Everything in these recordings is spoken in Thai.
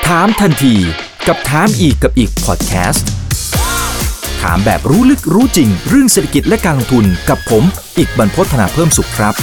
ถามทันทีกับถามอีกกับอีกพอดแคสต์ถามแบบรู้ลึกรู้จริงเรื่องเศรษฐกิจและการลงทุนกับผมอีกบรรพต ธนาเพิ่มสุขครับ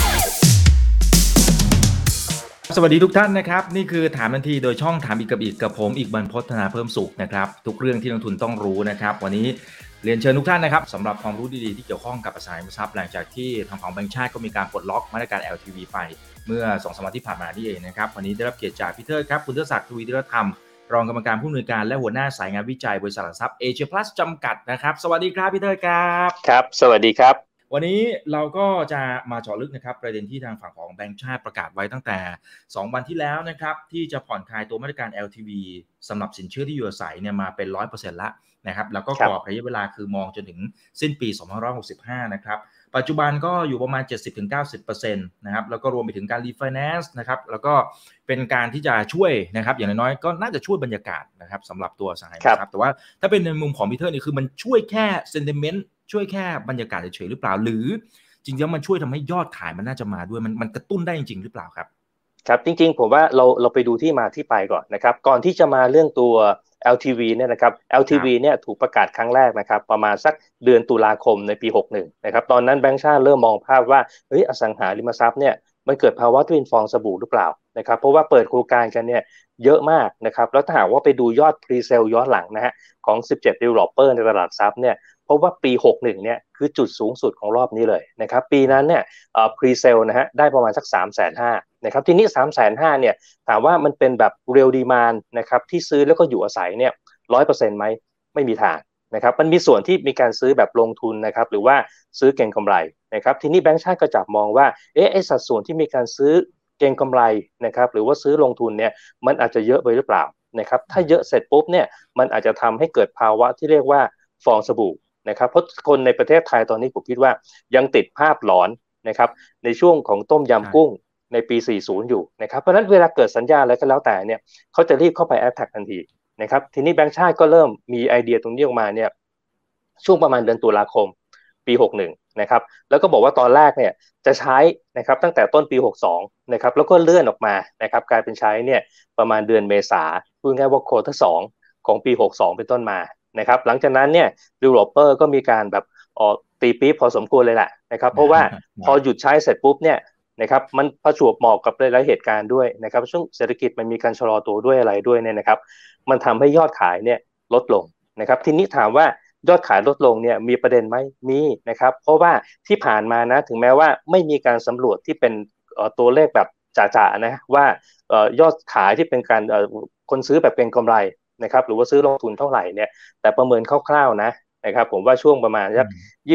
สวัสดีทุกท่านนะครับนี่คือถามทันทีโดยช่องถามอีกกับอีกกับผมอีกบรรพต ธนาเพิ่มสุขนะครับทุกเรื่องที่นักลงทุนต้องรู้นะครับวันนี้เรียนเชิญทุกท่านนะครับสำหรับความรู้ดีๆที่เกี่ยวข้องกับอสังหาริมทรัพย์หลังจากที่ทางของแบงก์ชาติก็มีการปลดล็อกมาตรการ LTV ไปเมื่อ 2-3 วันที่ผ่านมานี่เองนะครับวันนี้ได้รับเกียรติจากพี่เทิดครับคุณเทิดศักดิ์ ทวีธีรธรรมรองกรรมการผู้อำนวยการและหัวหน้าสายงานวิจัยบริษัทหลักทรัพย์เอเชียพลัสจำกัดนะครับสวัสดีครับพี่เทิดครับครับสวัสดีครับวันนี้เราก็จะมาเจาะลึกนะครับประเด็นที่ทางฝั่งของแบงก์ชาติประกาศไว้ตั้งแต่2วันที่แล้วนะครับที่จะผ่อนคลายตัวมาตรการ LTV สำหรับสินเชื่อที่อยู่อาศัยเนี่ยมาเป็น 100% แล้วนะครับแล้วก็กรอบระยะเวลาคือมองจนถึงสิ้นปี2565นะครับปัจจุบันก็อยู่ประมาณ 70-90% นะครับแล้วก็รวมไปถึงการรีไฟแนนซ์นะครับแล้วก็เป็นการที่จะช่วยนะครับอย่างน้อยๆก็น่าจะช่วยบรรยากาศนะครับสำหรับตัวอสังหาริมทรัพย์แต่ว่าถ้าเป็นในมุมของพีเตอร์นี่คือมันช่วยแค่เซนติเมนต์ช่วยแค่บรรยากาศเฉยๆหรือเปล่าหรือจริงๆแล้วมันช่วยทำให้ยอดขายมันน่าจะมาด้วยมันกระตุ้นได้จริงๆหรือเปล่าครับครับจริงๆผมว่าเราไปดูที่มาที่ไปก่อนนะครับก่อนที่จะมาเรื่องตัว LTV เนี่ยนะครับ LTV เนี่ยถูกประกาศครั้งแรกนะครับประมาณสักเดือนตุลาคมในปี61นะครับตอนนั้นแบงก์ชาติเริ่มมองภาพว่าอสังหาริมทรัพย์เนี่ยมันเกิดภาวะทวินฟองสบู่หรือเปล่านะครับเพราะว่าเปิดโครงการกันเนี่ยเยอะมากนะครับแล้วถ้าหากว่าไปดูยอด pre-sale ย้อนหลังนะฮะของ17 developer ในตลาดทรัพย์เนี่ยเพราะว่าปี61เนี่ยคือจุดสูงสุดของรอบนี้เลยนะครับปีนั้นเนี่ยpre-sale นะฮะได้ประมาณสัก 350,000 นะครับทีนี้ 350,000 เนี่ยถามว่ามันเป็นแบบ real demand นะครับที่ซื้อแล้วก็อยู่อาศัยเนี่ย 100% ไหมไม่มีทางนะครับมันมีส่วนที่มีการซื้อแบบลงทุนนะครับหรือว่าซื้อเก็งกำไรนะครับทีนี้แบงก์ชาติก็จับมองว่าไอ้สัดส่วนที่มีการซื้อเก็งกำไรนะครับหรือว่าซื้อลงทุนเนี่ยมันอาจจะเยอะไปหรือเปล่านะครับถ้าเยอะเสร็จปุ๊บเนี่ยมันอาจจะทำให้เกิดภาวะที่เรียกว่าฟองสบู่นะครับเพราะคนในประเทศไทยตอนนี้ผมคิดว่ายังติดภาพหลอนนะครับในช่วงของต้มยำกุ้งในปี40อยู่นะครับเพราะฉะนั้นเวลาเกิดสัญญาอะไรก็แล้วแต่เนี่ยเขาจะรีบเข้าไปแอทแทคทันทีนะครับทีนี้แบงก์ชาติก็เริ่มมีไอเดียตรงนี้ออกมาเนี่ยช่วงประมาณเดือนตุลาคมปี61นะครับแล้วก็บอกว่าตอนแรกเนี่ยจะใช้นะครับตั้งแต่ต้นปี62นะครับแล้วก็เลื่อนออกมานะครับกลายเป็นใช้เนี่ยประมาณเดือนเมษาพูดง่ายว่าโควอเตอร์2ของปี62เป็นต้นมานะครับหลังจากนั้นเนี่ย developer ก็มีการแบบตีปี๊บพอสมควรเลยแหละนะครับเพราะว่าพอหยุดใช้เสร็จปุ๊บเนี่ยนะครับมันประจวบเหมาะกับหลายๆเหตุการณ์ด้วยนะครับช่วงเศรษฐกิจมันมีการชะลอตัวด้วยอะไรด้วยเนี่ยนะครับมันทำให้ยอดขายเนี่ยลดลงนะครับทีนี้ถามว่ายอดขายลดลงเนี่ยมีประเด็นไหมมีนะครับเพราะว่าที่ผ่านมานะถึงแม้ว่าไม่มีการสำรวจที่เป็นตัวเลขแบบจ๋าๆนะว่ายอดขายที่เป็นการคนซื้อแบบเป็นกำไรนะครับหรือว่าซื้อลงทุนเท่าไหร่เนี่ยแต่ประเมินคร่าวๆนะครับผมว่าช่วงประมาณสัก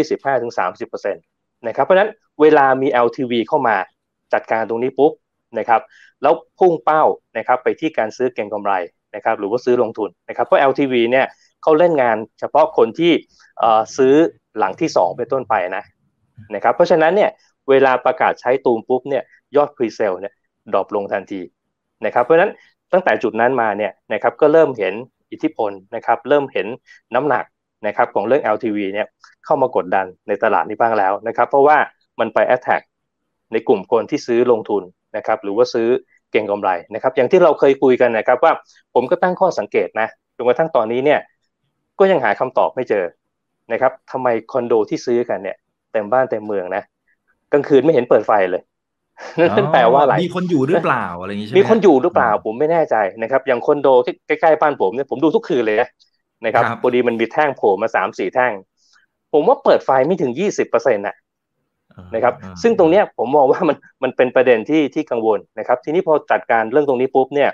25-30% นะครับเพราะฉะนั้นเวลามี LTV เข้ามาจัดการตรงนี้ปุ๊บนะครับแล้วพุ่งเป้านะครับไปที่การซื้อเก็งกำไรนะครับหรือว่าซื้อลงทุนนะครับเพราะ LTV เนี่ยเขาเล่นงานเฉพาะคนที่ซื้อหลังที่2เป็นต้นไปนะครับเพราะฉะนั้นเนี่ยเวลาประกาศใช้ตูมปุ๊บเนี่ยยอด pre-sale เนี่ยดรอปลงทันทีนะครับเพราะฉะนั้นตั้งแต่จุดนั้นมาเนี่ยนะครับก็เริ่มเห็นอิทธิพลนะครับเริ่มเห็นน้ำหนักนะครับของเรื่อง LTV เนี่ยเข้ามากดดันในตลาดนี้บ้างแล้วนะครับเพราะว่ามันไป attack ในกลุ่มคนที่ซื้อลงทุนนะครับหรือว่าซื้อเก็งกำไรนะครับอย่างที่เราเคยคุยกันนะครับว่าผมก็ตั้งข้อสังเกตนะจนกระทั่งตอนนี้เนี่ยก็ยังหาคำตอบไม่เจอนะครับทำไมคอนโดที่ซื้อกันเนี่ยเต็มบ้านเต็มเมืองนะกลางคืนไม่เห็นเปิดไฟเลยนั่นแปลว่าอะไรมีคนอยู่หรือเปล่าอะไรอย่างนี้ใช่ไหมมีคนอยู่หรือเปล่าผมไม่แน่ใจนะครับอย่างคอนโดที่ใกล้ๆบ้านผมเนี่ยผมดูทุกคืนเลยนะครับพอดีมันมีแท่งโผล่มา 3-4 แท่งผมว่าเปิดไฟไม่ถึง 20% นะครับซึ่งตรงเนี้ยผมมองว่ามันเป็นประเด็นที่กังวลนะครับทีนี้พอจัดการเรื่องตรงนี้ปุ๊บเนี่ย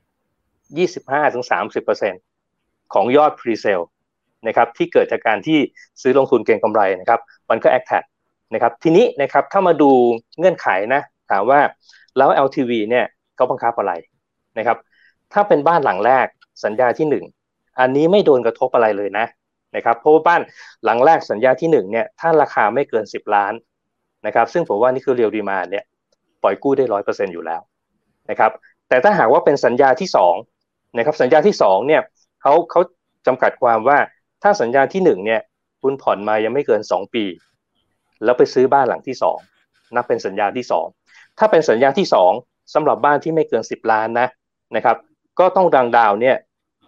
25-30% ของยอด pre-sale นะครับที่เกิดจากการที่ซื้อลงทุนเก็งกำไรนะครับมันก็ attack นะครับทีนี้นะครับถ้ามาดูเงื่อนไขนะถามว่าแล้ว LTV เนี่ยเขาบังคับอะไรนะครับถ้าเป็นบ้านหลังแรกสัญญาที่1อันนี้ไม่โดนกระทบอะไรเลยนะครับเพราะว่าบ้านหลังแรกสัญญาที่1เนี่ยถ้าราคาไม่เกิน10ล้านนะครับซึ่งผมว่านี่คือ real demand เนี่ยปล่อยกู้ได้ 100% อยู่แล้วนะครับแต่ถ้าหากว่าเป็นสัญญาที่2นะครับสัญญาที่2เนี่ยเขาจำกัดความว่าถ้าสัญญาที่1เนี่ยคุณผ่อนมายังไม่เกิน2ปีแล้วไปซื้อบ้านหลังที่2นับเป็นสัญญาที่2ถ้าเป็นสัญญาที่2สำหรับบ้านที่ไม่เกิน10ล้านนะครับก็ต้องดังดาวเนี่ย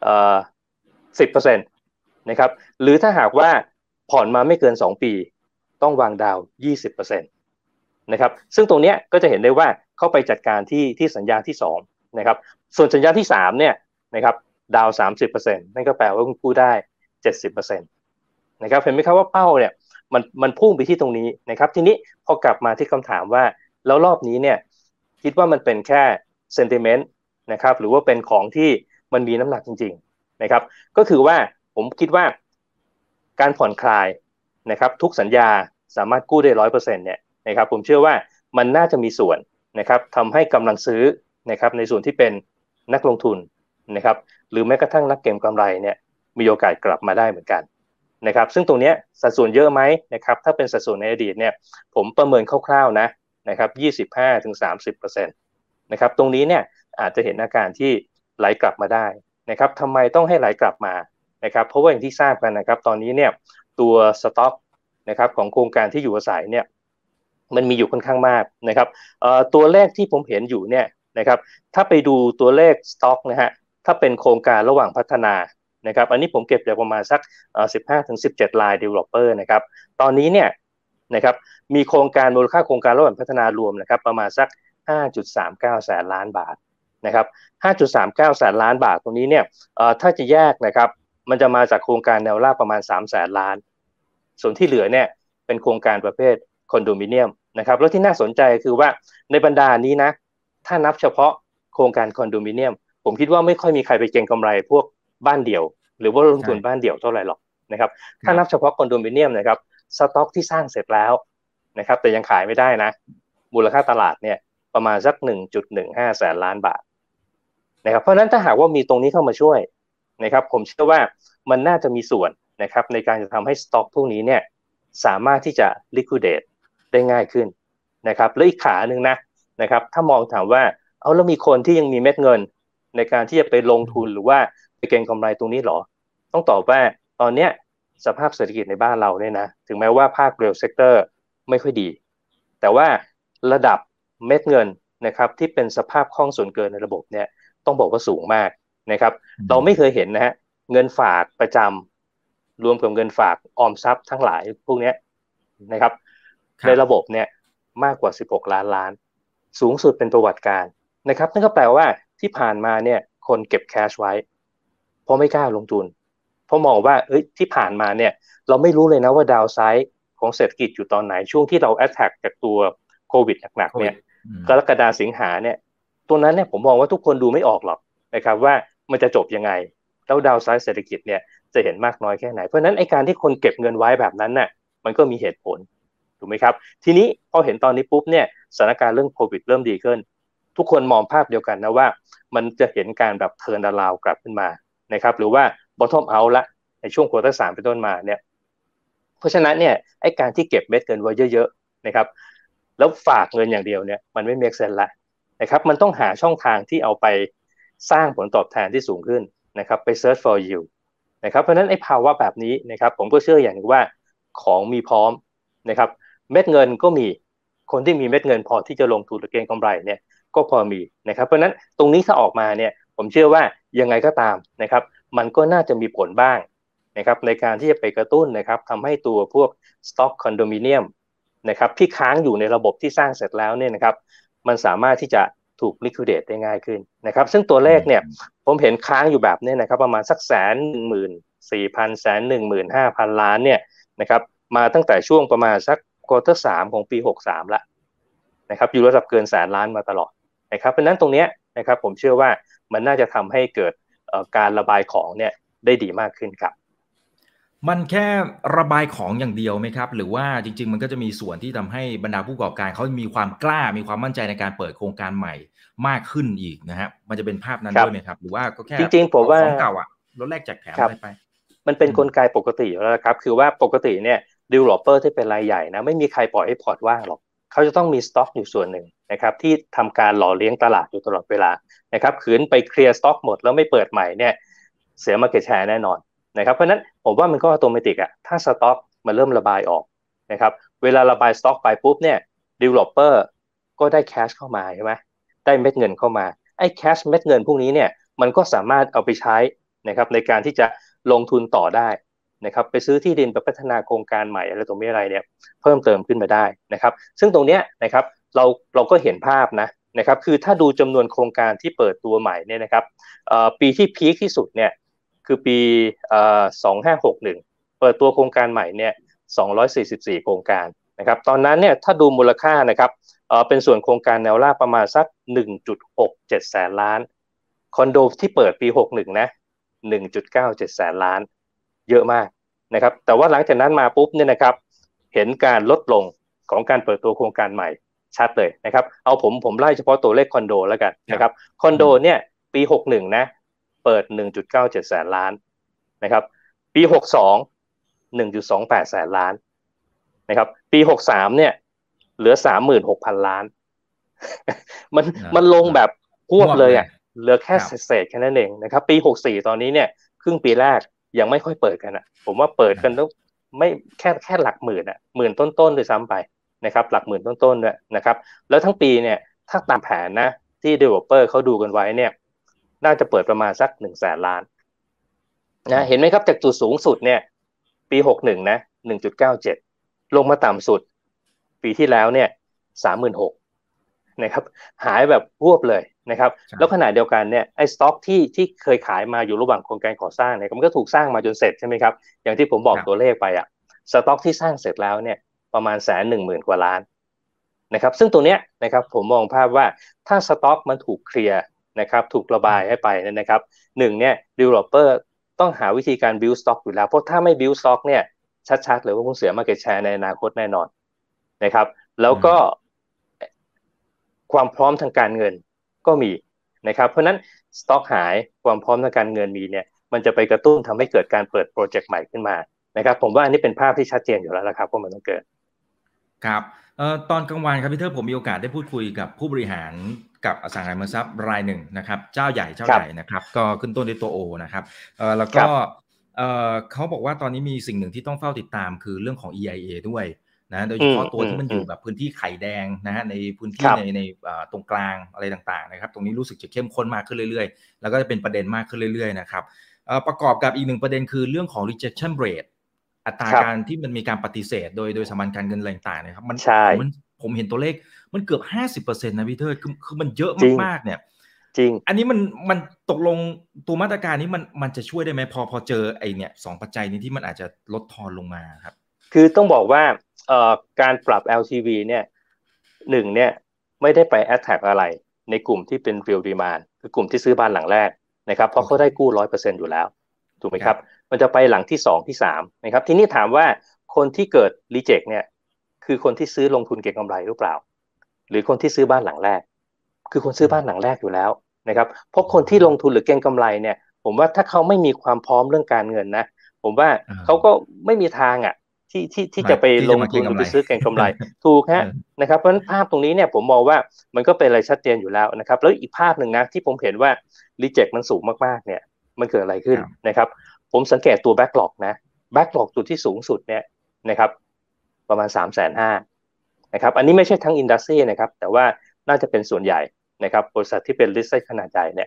10%นะครับหรือถ้าหากว่าผ่อนมาไม่เกิน2ปีต้องวางดาว20%นะครับซึ่งตรงนี้ก็จะเห็นได้ว่าเข้าไปจัดการที่สัญญาที่2นะครับส่วนสัญญาที่3เนี่ยนะครับดาว 30% นั่นก็แปลว่าคุณกู้ได้ 70%นะครับเห็นไหมครับว่าเป้าเนี่ยมันพุ่งไปที่ตรงนี้นะครับทีนี้พอกลับมาที่คำถามว่าแล้วรอบนี้เนี่ยคิดว่ามันเป็นแค่เซนติเมนต์นะครับหรือว่าเป็นของที่มันมีน้ำหนักจริงๆนะครับก็คือว่าผมคิดว่าการผ่อนคลายนะครับทุกสัญญาสามารถกู้ได้100%เนี่ยนะครับผมเชื่อว่ามันน่าจะมีส่วนนะครับทำให้กำลังซื้อนะครับในส่วนที่เป็นนักลงทุนนะครับหรือแม้กระทั่งนักเก็งกำไรเนี่ยมีโอกาสกลับมาได้เหมือนกันนะครับซึ่งตรงนี้สัดส่วนเยอะไหมนะครับถ้าเป็นสัดส่วนในอดีตเนี่ยผมประเมินคร่าวๆนะครับ25-30%นะครับตรงนี้เนี่ยอาจจะเห็นอาการที่ไหลกลับมาได้นะครับทำไมต้องให้ไหลกลับมานะครับเพราะว่าอย่างที่ทราบกันนะครับตอนนี้เนี่ยตัวสต็อกนะครับของโครงการที่อยู่อาศัยเนี่ยมันมีอยู่ค่อนข้างมากนะครับตัวเลขที่ผมเห็นอยู่เนี่ยนะครับถ้าไปดูตัวเลขสต็อกนะฮะถ้าเป็นโครงการระหว่างพัฒนานะครับอันนี้ผมเก็บจากประมาณสัก15-17 ราย developer นะครับตอนนี้เนี่ยนะครับมีโครงการมูลค่าโครงการระหว่างพัฒนารวมนะครับประมาณสัก 5.39 แสนล้านบาทนะครับ 5.39 แสนล้านบาทตรงนี้เนี่ยถ้าจะแยกนะครับมันจะมาจากโครงการแนวราบประมาณ3แสนล้านส่วนที่เหลือเนี่ยเป็นโครงการประเภทคอนโดมิเนียมนะครับแล้วที่น่าสนใจคือว่าในบรรดานี้นะถ้านับเฉพาะโครงการคอนโดมิเนียมผมคิดว่าไม่ค่อยมีใครไปเก็งกำไรพวกบ้านเดี่ยวหรือว่าลงทุนบ้านเดี่ยวเท่าไหร่หรอกนะครับถ้านับเฉพาะคอนโดมิเนียมนะครับสต็อกที่สร้างเสร็จแล้วนะครับแต่ยังขายไม่ได้นะมูลค่าตลาดเนี่ยประมาณสัก 1.15 แสนล้านบาทนะครับเพราะนั้นถ้าหากว่ามีตรงนี้เข้ามาช่วยนะครับผมเชื่อว่ามันน่าจะมีส่วนนะครับในการจะทำให้สต็อกพวกนี้เนี่ยสามารถที่จะ liquidate ได้ง่ายขึ้นนะครับและอีกขาหนึ่งนะครับถ้ามองถามว่าเอาแล้วมีคนที่ยังมีเม็ดเงินในการที่จะไปลงทุนหรือว่าไปเก็งกำไรตรงนี้หรอต้องตอบว่าตอนนี้สภาพเศรษฐกิจในบ้านเราเนี่ยนะถึงแม้ว่าภาคเรียลเซกเตอร์ไม่ค่อยดีแต่ว่าระดับเม็ดเงินนะครับที่เป็นสภาพคล่องส่วนเกินในระบบเนี่ยต้องบอกว่าสูงมากนะครับเราไม่เคยเห็นนะฮะเงินฝากประจำรวมกับเงินฝากออมทรัพย์ทั้งหลายพวกนี้นะครับในระบบเนี่ยมากกว่า16ล้านล้านสูงสุดเป็นประวัติการนะครับนั่นก็แปลว่าที่ผ่านมาเนี่ยคนเก็บแคชไว้เพราะไม่กล้าลงทุนเพราะมองว่าที่ผ่านมาเนี่ยเราไม่รู้เลยนะว่าดาวไซด์ของเศรษฐกิจอยู่ตอนไหนช่วงที่เราแอทแทกจากตัวโควิดหนักๆเนี่ยกรกฎาสิงหาเนี่ยตัวนั้นเนี่ยผมมองว่าทุกคนดูไม่ออกหรอกนะครับว่ามันจะจบยังไงแล้วดาวไซด์เศรษฐกิจเนี่ยจะเห็นมากน้อยแค่ไหนเพราะนั้นไอ้การที่คนเก็บเงินไว้แบบนั้นน่ะมันก็มีเหตุผลถูกไหมครับทีนี้พอเห็นตอนนี้ปุ๊บเนี่ยสถานการณ์เรื่องโควิดเริ่มดีขึ้นทุกคนมองภาพเดียวกันนะว่ามันจะเห็นการแบบเทิร์นอราวกลับขึ้นมานะครับหรือว่า bottom out ละในช่วงควอเตอร์3เป็นต้นมาเนี่ยเพราะฉะนั้นเนี่ยไอ้การที่เก็บเม็ดเงินไว้เยอะๆนะครับแล้วฝากเงินอย่างเดียวเนี่ยมันไม่ make sense ละนะครับมันต้องหาช่องทางที่เอาไปสร้างผลตอบแทนที่สูงขึ้นนะครับไป search for yield นะครับเพราะฉะนั้นไอ้ภาวะแบบนี้นะครับผมก็เชื่ออย่างนึงว่าของมีพร้อมนะครับเม็ดเงินก็มีคนที่มีเม็ดเงินพอที่จะลงทุนหรือเก็งกำไรเนี่ยก็พอมีนะครับเพราะฉะนั้นตรงนี้ถ้าออกมาเนี่ยผมเชื่อว่ายังไงก็ตามนะครับมันก็น่าจะมีผลบ้างนะครับในการที่จะไปกระตุ้นนะครับทำให้ตัวพวกสต็อกคอนโดมิเนียมนะครับที่ค้างอยู่ในระบบที่สร้างเสร็จแล้วเนี่ยนะครับมันสามารถที่จะถูก liquidate ได้ง่ายขึ้นนะครับซึ่งตัวเลขเนี่ยผมเห็นค้างอยู่แบบนี้นะครับประมาณสัก114,000-115,000 ล้านเนี่ยนะครับมาตั้งแต่ช่วงประมาณสักควอเตอร์3ของปี63ละนะครับอยู่ระดับเกินแสนล้านมาตลอดนะครับเพราะนั้นตรงนี้นะครับผมเชื่อว่ามันน่าจะทำให้เกิดการระบายของเนี่ยได้ดีมากขึ้นครับมันแค่ระบายของอย่างเดียวไหมครับหรือว่าจริงๆมันก็จะมีส่วนที่ทำให้บรรดาผู้ประกอบการเขามีความกล้ามีความมั่นใจในการเปิดโครงการใหม่มากขึ้นอีกนะฮะมันจะเป็นภาพนั้นด้วยไหมครับหรือว่าก็แค่จริงๆผมว่าของเก่าอ่ะลดแลกแจกแถมอะไรไปมันเป็นกลไกปกติแล้วครับคือว่าปกติเนี่ย developer ที่เป็นรายใหญ่นะไม่มีใครปล่อยให้พอร์ตว่างหรอกเขาจะต้องมีสต็อกอยู่ส่วนหนึ่งนะครับที่ทำการหล่อเลี้ยงตลาดอยู่ตลอดเวลานะครับขืนไปเคลียร์สต็อกหมดแล้วไม่เปิดใหม่เนี่ยเสีย market share แน่นอนนะครับเพราะนั้นผมว่ามันก็อัตโนมัติอ่ะถ้าสต็อกมันเริ่มระบายออกนะครับเวลาระบายสต็อกไปปุ๊บเนี่ย developer ก็ได้แคชเข้ามาใช่ไหมได้เม็ดเงินเข้ามาไอ้แคชเม็ดเงินพวกนี้เนี่ยมันก็สามารถเอาไปใช้นะครับในการที่จะลงทุนต่อได้นะครับไปซื้อที่ดินไปพัฒนาโครงการใหม่อะไรตรงนี้อะไรเนี่ยเพิ่มเติมขึ้นมาได้นะครับซึ่งตรงเนี้ยนะครับเราก็เห็นภาพนะครับคือถ้าดูจำนวนโครงการที่เปิดตัวใหม่เนี่ยนะครับปีที่พีคที่สุดเนี่ยคือปี2561เปิดตัวโครงการใหม่เนี่ย244โครงการนะครับตอนนั้นเนี่ยถ้าดูมูลค่านะครับเป็นส่วนโครงการแนวราบประมาณสัก 1.67 แสนล้านคอนโดที่เปิดปี61นะ1.97 แสนล้านเยอะมากนะครับแต่ว่าหลังจากนั้นมาปุ๊บเนี่ยนะครับเห็นการลดลงของการเปิดตัวโครงการใหม่ชัดเลยนะครับเอาผมไล่เฉพาะตัวเลขคอนโดแล้วกันนะครับคอนโดเนี่ยปี61นะเปิด 1.97 แสนล้านนะครับปี62 1.28 แสนล้านนะครับปี63เนี่ยเหลือ 36,000 ล้านมันลงแบบพวบเลยอ่ะเหลือแค่เศษแค่นั้นเองนะครับปี64ตอนนี้เนี่ยครึ่งปีแรกยังไม่ค่อยเปิดกันอ่ะผมว่าเปิดกันต้องไม่แค่หลักหมื่นอ่ะหมื่นต้นๆด้วยซ้ำไปนะครับหลักหมื่นต้นๆด้วยนะครับแล้วทั้งปีเนี่ยถ้าตามแผนนะที่ developer เขาดูกันไว้เนี่ยน่าจะเปิดประมาณสัก100,000 ล้านนะเห็นไหมครับจากจุดสูงสุดเนี่ยปี61นะ 1.97 ลงมาต่ำสุดปีที่แล้วเนี่ย 36,000นะครับหายแบบรวบเลยนะครับแล้วขณะเดียวกันเนี่ยไอ้สต็อกที่เคยขายมาอยู่ระหว่างโครงการก่อสร้างเนี่ยมันก็ถูกสร้างมาจนเสร็จใช่ไหมครับอย่างที่ผมบอกตัวเลขไปอ่ะสต็อกที่สร้างเสร็จแล้วเนี่ยประมาณ110,000 กว่าล้านนะครับซึ่งตัวเนี้ยนะครับผมมองภาพว่าถ้าสต็อกมันถูกเคลียร์นะครับถูกระบายให้ไปนะครับหนึ่งเนี่ย developer ต้องหาวิธีการ build stock อยู่แล้วเพราะถ้าไม่ build stock เนี่ยชัดๆเลยว่าคุณเสีย market share ในอนาคตแน่นอนนะครับแล้วก็ความพร้อมทางการเงินก็มีนะครับเพราะนั้นสต็อกหายความพร้อมทางการเงินมีเนี่ยมันจะไปกระตุ้นทำให้เกิดการเปิดโปรเจกต์ใหม่ขึ้นมานะครับผมว่าอันนี้เป็นภาพที่ชัดเจนอยู่แล้วนะครับว่ามันต้องเกิดครับตอนกลางวันครับพี่เทอร์ผมมีโอกาสได้พูดคุยกับผู้บริหารกับอสังหาริมทรัพย์รายหนึ่งนะครับเจ้าใหญ่นะครับก็ขึ้นต้นด้วยตัวโอนะครับแล้วก็เขาบอกว่าตอนนี้มีสิ่งหนึ่งที่ต้องเฝ้าติดตามคือเรื่องของ EIA ด้วยนะโดยเฉพาะตัวที่มันอยู่แบบพื้นที่ไข่แดงนะฮะในพื้นที่ในตรงกลางอะไรต่างๆนะครับตรงนี้รู้สึกจะเข้มข้นมากขึ้นเรื่อยๆแล้วก็จะเป็นประเด็นมากขึ้นเรื่อยๆนะครับประกอบกับอีกหนึ่งประเด็นคือเรื่องของ rejection rate อัตราการที่มันมีการปฏิเสธโดยสถาบันการเงินอะไรต่างๆนะครับผมเห็นตัวเลขมันเกือบ 50% นะพี่เทิดคือมันเยอะมากๆเนี่ยจริงอันนี้มันตกลงตัวมาตรการนี้มันจะช่วยได้ไหมพอเจอไอเนี่ย2ปัจจัยนี้ที่มันอาจจะลดทอนลงมาครับคือต้องบอกว่าการปรับ LTV เนี่ยหนึ่งเนี่ยไม่ได้ไป attack อะไรในกลุ่มที่เป็น real demand คือกลุ่มที่ซื้อบ้านหลังแรกนะครับเพราะเขาได้กู้ 100% อยู่แล้วถูกไหมครับมันจะไปหลังที่2ที่3นะครับทีนี้ถามว่าคนที่เกิด reject เนี่ยคือคนที่ซื้อลงทุนเก็งกำไรหรือเปล่าหรือคนที่ซื้อบ้านหลังแรกคือคนซื้อบ้านหลังแรกอยู่แล้วนะครับเพราะคนที่ลงทุนหรือเก็งกำไรเนี่ยผมว่าถ้าเขาไม่มีความพร้อมเรื่องการเงินนะผมว่าเขาก็ไม่มีทางอ่ะที่จะไปลงทุนหรือไปซื้อเก็งกำไรถูกฮะนะครับเพราะฉะนั้นภาพตรงนี้เนี่ยผมมองว่ามันก็เป็นอะไรชัดเจนอยู่แล้วนะครับแล้วอีกภาพหนึ่งนะที่ผมเห็นว่า reject มันสูงมากๆเนี่ยมันเกิดอะไรขึ้นนะครับผมสังเกตตัว backlog นะ backlog จุดที่สูงสุดเนี่ยนะครับประมาณ 350,000 นะครับอันนี้ไม่ใช่ทั้งอินดัสทรีนะครับแต่ว่าน่าจะเป็นส่วนใหญ่นะครับบริษัทที่เป็น listed ขนาดใหญ่เนี่ย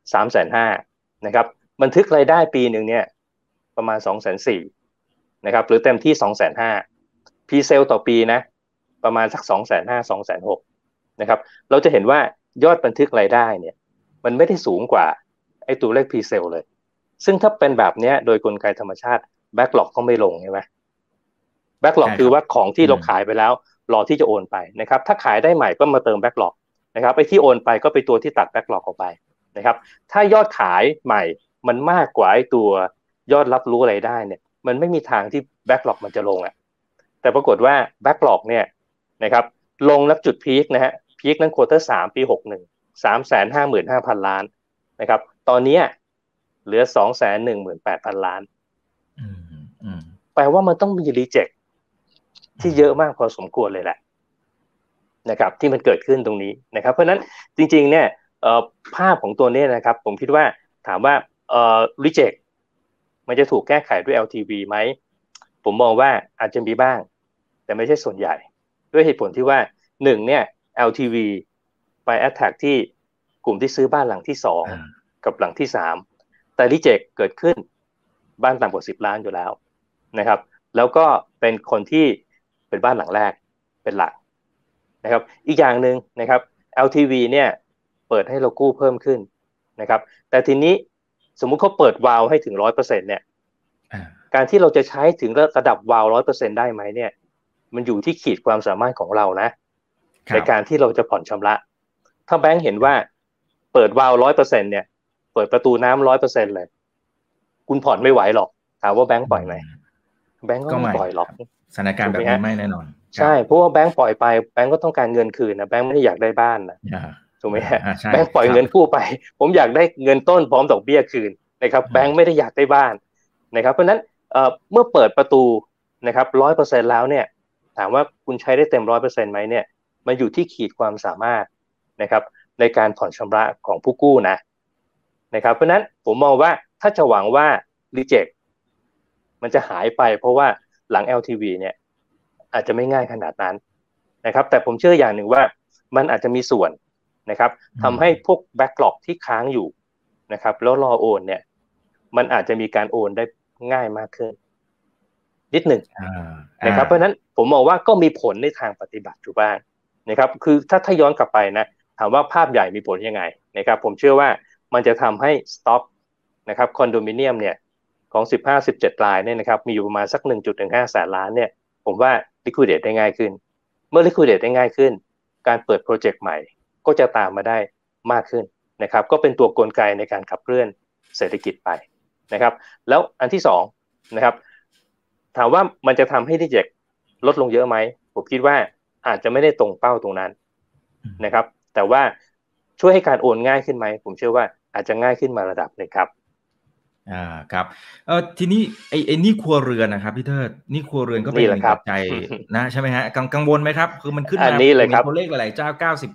350,000 นะครับบันทึกรายได้ปีหนึ่งเนี่ยประมาณ 240,000 นะครับหรือเต็มที่ 250,000 พีเซลต่อปีนะประมาณสัก 250,000 260,000 นะครับเราจะเห็นว่ายอดบันทึกรายได้เนี่ยมันไม่ได้สูงกว่าไอ้ตัวเลขพีเซลเลยซึ่งถ้าเป็นแบบนี้โดยกลไกธรรมชาติแบ็กหลอกก็ไม่ลงใช่ไหมแบ็กหลอกคือว่าของที่เราขายไปแล้วรอที่จะโอนไปนะครับถ้าขายได้ใหม่ก็มาเติมแบ็กหลอกนะครับไอ้ที่โอนไปก็ไปตัวที่ตัดแบ็กหลอกออกไปนะครับถ้ายอดขายใหม่มันมากกว่าไอ้ตัวยอดรับรู้อะไรได้เนี่ยมันไม่มีทางที่แบ็กหลอกมันจะลงอ่ะแต่ปรากฏว่าแบ็กหลอกเนี่ยนะครับลงนับจุดพีคนะฮะพีคนั้นควอเตอร์3ปี61 355,000 ล้านนะครับตอนนี้เหลือ 218,000 ล้านแปลว่ามันต้องมีรีเจ็คที่เยอะมากพอสมควรเลยแหละนะครับที่มันเกิดขึ้นตรงนี้นะครับเพราะนั้นจริงๆเนี่ยภาพของตัวนี้นะครับผมคิดว่าถามว่ารีเจ็คมันจะถูกแก้ไขด้วย LTV ไหมผมมองว่าอาจจะมีบ้างแต่ไม่ใช่ส่วนใหญ่ด้วยเหตุผลที่ว่า1เนี่ย LTV ไป attack ที่กลุ่มที่ซื้อบ้านหลังที่2 กับหลังที่3แต่รีเจ็คเกิดขึ้นบ้านต่ำกว่า10 ล้านอยู่แล้วนะครับแล้วก็เป็นคนที่เป็นบ้านหลังแรกเป็นหลักนะครับอีกอย่างหนึ่งนะครับ LTV เนี่ยเปิดให้เรากู้เพิ่มขึ้นนะครับแต่ทีนี้สมมุติเขาเปิดวาล์วให้ถึง100%เนี่ยการที่เราจะใช้ถึงระดับวาล์ว100%ได้ไหมเนี่ยมันอยู่ที่ขีดความสามารถของเรานะในการที่เราจะผ่อนชำระถ้าแบงค์เห็นว่าเปิดวาล์ว100%เนี่ยเปิดประตูน้ำ100%เลยคุณผ่อนไม่ไหวหรอกถามว่าแบงค์ปล่อยไหมแบงค์ก็ไม่ปล่อยหรอกสถานการณ์แบบนี้ไม่แน่นอนใช่เพราะว่าแบงค์ปล่อยไปแบงค์ก็ต้องการเงินคืนนะแบงค์ไม่ได้อยากได้บ้านนะถูกไหมฮะแบงค์ปล่อยเงินกู้ไปผมอยากได้เงินต้นพร้อมดอกเบี้ยคืนนะครับแบงค์ไม่ได้อยากได้บ้านนะครับเพราะนั้นเมื่อเปิดประตูนะครับ100%แล้วเนี่ยถามว่าคุณใช้ได้เต็ม100%ไหมเนี่ยมันอยู่ที่ขีดความสามารถนะครับในการผ่อนชำระของผู้กู้นะครับเพราะนั้นผมมองว่าถ้าจะหวังว่ารีเจ็คมันจะหายไปเพราะว่าหลัง LTV เนี่ยอาจจะไม่ง่ายขนาดนั้นนะครับแต่ผมเชื่ออย่างหนึ่งว่ามันอาจจะมีส่วนนะครับทำให้พวกแบ็กหลอกที่ค้างอยู่นะครับแล้วรอโอนเนี่ยมันอาจจะมีการโอนได้ง่ายมากขึ้นนิดหนึ่งนะครับเพราะฉะนั้นผมมองว่าก็มีผลในทางปฏิบัติอยู่บ้างนะครับคือถ้าย้อนกลับไปนะถามว่าภาพใหญ่มีผลยังไงนะครับผมเชื่อว่ามันจะทำให้สต็อกนะครับคอนโดมิเนียมเนี่ยของ15-17 รายเนี่ยนะครับมีอยู่ประมาณสัก 1.15 แสนล้านเนี่ยผมว่า liquidate ได้ง่ายขึ้นเมื่อ liquidate ได้ง่ายขึ้นการเปิดโปรเจกต์ใหม่ก็จะตามมาได้มากขึ้นนะครับก็เป็นตัวกลไกในการขับเคลื่อนเศรษฐกิจไปนะครับแล้วอันที่2นะครับถามว่ามันจะทำให้รีเจ็คลดลงเยอะไหมผมคิดว่าอาจจะไม่ได้ตรงเป้าตรงนั้นนะครับแต่ว่าช่วยให้การโอนง่ายขึ้นไหมผมเชื่อว่าอาจจะง่ายขึ้นมาระดับหนึ่งครับครับทีนี้ไอ้หนี้ครัวเรือนนะครับพี่เทิดหนี้ครัวเรือนก็เป็นหนึ่งปัจจัยนะใช่ไหมฮะกังวลไหมครับคือมันขึ้นมามีตัวเลขหลายๆเจ้า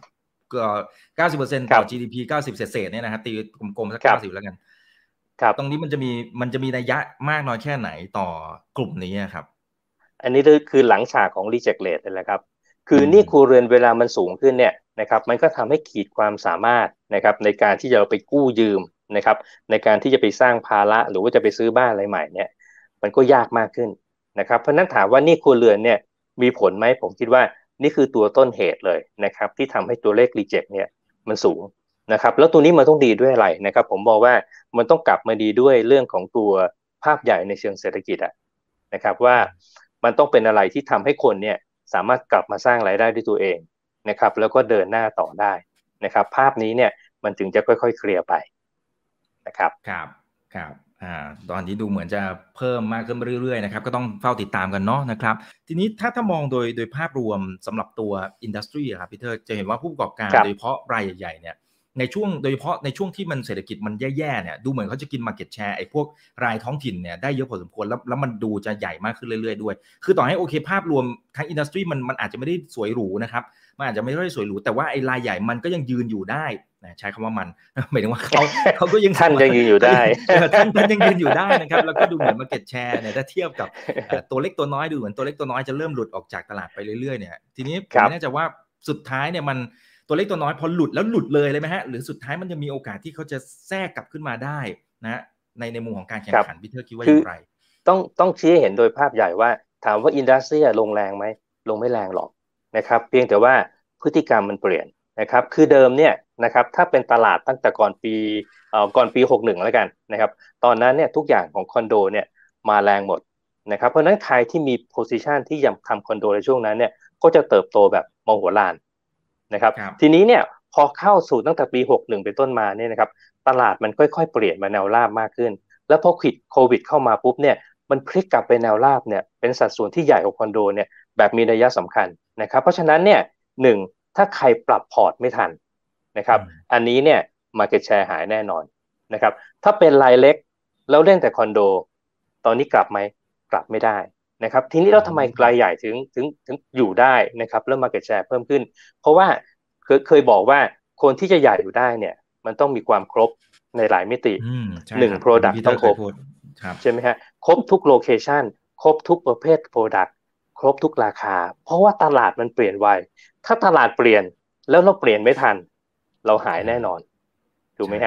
90% ต่อ GDP 90%เศษเนี่ยนะฮะตีกลมๆสัก90แล้วกันตรงนี้มันจะมีนัยยะมากน้อยแค่ไหนต่อกลุ่มนี้ครับอันนี้คือหลังฉากของรีเจ็คเรทนั่นแหละครับคือหนี้ครัวเรือนเวลามันสูงขึ้นเนี่ยนะครับมันก็ทำให้ขีดความสามารถนะครับในการที่จะไปกู้ยืมนะครับในการที่จะไปสร้างภาระหรือว่าจะไปซื้อบ้านอะไรใหม่เนี่ยมันก็ยากมากขึ้นนะครับเพราะนั้นถามว่าหนี้ครัวเรือนเนี่ยมีผลไหมผมคิดว่านี่คือตัวต้นเหตุเลยนะครับที่ทำให้ตัวเลขรีเจ็คเนี่ยมันสูงนะครับแล้วตัวนี้มันต้องดีด้วยอะไรนะครับผมบอกว่ามันต้องกลับมาดีด้วยเรื่องของตัวภาพใหญ่ในเชิงเศรษฐกิจนะครับว่ามันต้องเป็นอะไรที่ทำให้คนเนี่ยสามารถกลับมาสร้างรายได้ด้วยตัวเองนะครับแล้วก็เดินหน้าต่อได้นะครับภาพนี้เนี่ยมันถึงจะค่อยๆเคลียร์ไปนะครับครับตอนนี้ดูเหมือนจะเพิ่มมากขึ้นเรื่อยๆนะครับก็ต้องเฝ้าติดตามกันเนาะนะครับทีนี้ถ้ามองโดยภาพรวมสำหรับตัวอินดัสทรีครับพี่เทิดจะเห็นว่าผู้ประกอบการโดยเฉพาะรายใหญ่ๆเนี่ยโดยเฉพาะในช่วงที่มันเศรษฐกิจมันแย่ๆเนี่ยดูเหมือนเขาจะกิน market share ไอ้พวกรายท้องถิ่นเนี่ยได้เยอะพอสมควรแล้วมันดูจะใหญ่มากขึ้นเรื่อยๆด้วยคือต่อให้โอเคภาพรวมทั้งอินดัสทรีมันอาจจะไม่ได้สวยหรูนะครับมันอาจจะไม่ได้สวยหรูแต่ว่าไอ้รายใหญ่มันก็ยังยืนอยู่ได้ใช้คำว่ามันหมายถึงว่าเขาก็ยังท่านยังยืนอยู่ได้ท่านยังยืนอยู่ได้นะครับแล้วก็ดูเหมือน market share เนี่ยถ้าเทียบกับตัวเล็กตัวน้อยดูเหมือนตัวเล็กตัวน้อยจะเริ่มหลุดออกจากตลาดไปเรื่อยๆเนี่ยทีนี้ผมไม่แน่ใจว่าสุดท้ายเนี่ยมันตัวเล็กตัวน้อยพอหลุดแล้วหลุดเลยไหมฮะหรือสุดท้ายมันจะมีโอกาสที่เขาจะแทรกกลับขึ้นมาได้นะในมุมของการแข่งขันพี่เทอร์คิดว่าอย่างไรต้องชี้เห็นโดยภาพใหญ่ว่าถามว่าอินดัสทรีลงแรงไหมลงไม่แรงหรอกนะครับเพียงแต่ว่าพฤติกรรมมันเปลี่ยนนะครับคือเดิมเนี่ยนะครับถ้าเป็นตลาดตั้งแต่ก่อนปี61แล้วกันนะครับตอนนั้นเนี่ยทุกอย่างของคอนโดเนี่ยมาแรงหมดนะครับเพราะนั้นใครที่มี position ที่ยังทำคอนโดในช่วงนั้นเนี่ยก็จะเติบโตแบบมโหฬารนะครับทีนี้เนี่ยพอเข้าสู่ตั้งแต่ปี61เป็นต้นมาเนี่ยนะครับตลาดมันค่อยๆเปลี่ยนมาแนวราบมากขึ้นแล้วพอโควิดเข้ามาปุ๊บเนี่ยมันพลิกกลับไปแนวราบเนี่ยเป็นสัดส่วนที่ใหญ่ของคอนโดเนี่ยแบบมีนัยสำคัญนะครับเพราะฉะนั้นเนี่ยถ้าใครปรับพอร์ตไม่ทันนะครับอันนี้เนี่ย market share หายแน่นอนนะครับถ้าเป็นรายเล็กแล้วเล่นแต่คอนโดตอนนี้กลับไหมกลับไม่ได้นะครับทีนี้แล้วทำไมรายใหญ่ถึงอยู่ได้นะครับแล้ว market share เพิ่มขึ้นเพราะว่าเคยบอกว่าคนที่จะใหญ่อยู่ได้เนี่ยมันต้องมีความครบในหลายมิติ1 product ต้องครบใช่ไหมฮะครบทุกโลเคชันครบทุกประเภท product ครบทุกราคาเพราะว่าตลาดมันเปลี่ยนไวถ้าตลาดเปลี่ยนแล้วเราเปลี่ยนไม่ทันเราหายแน่นอนถูกไหมฮะเพ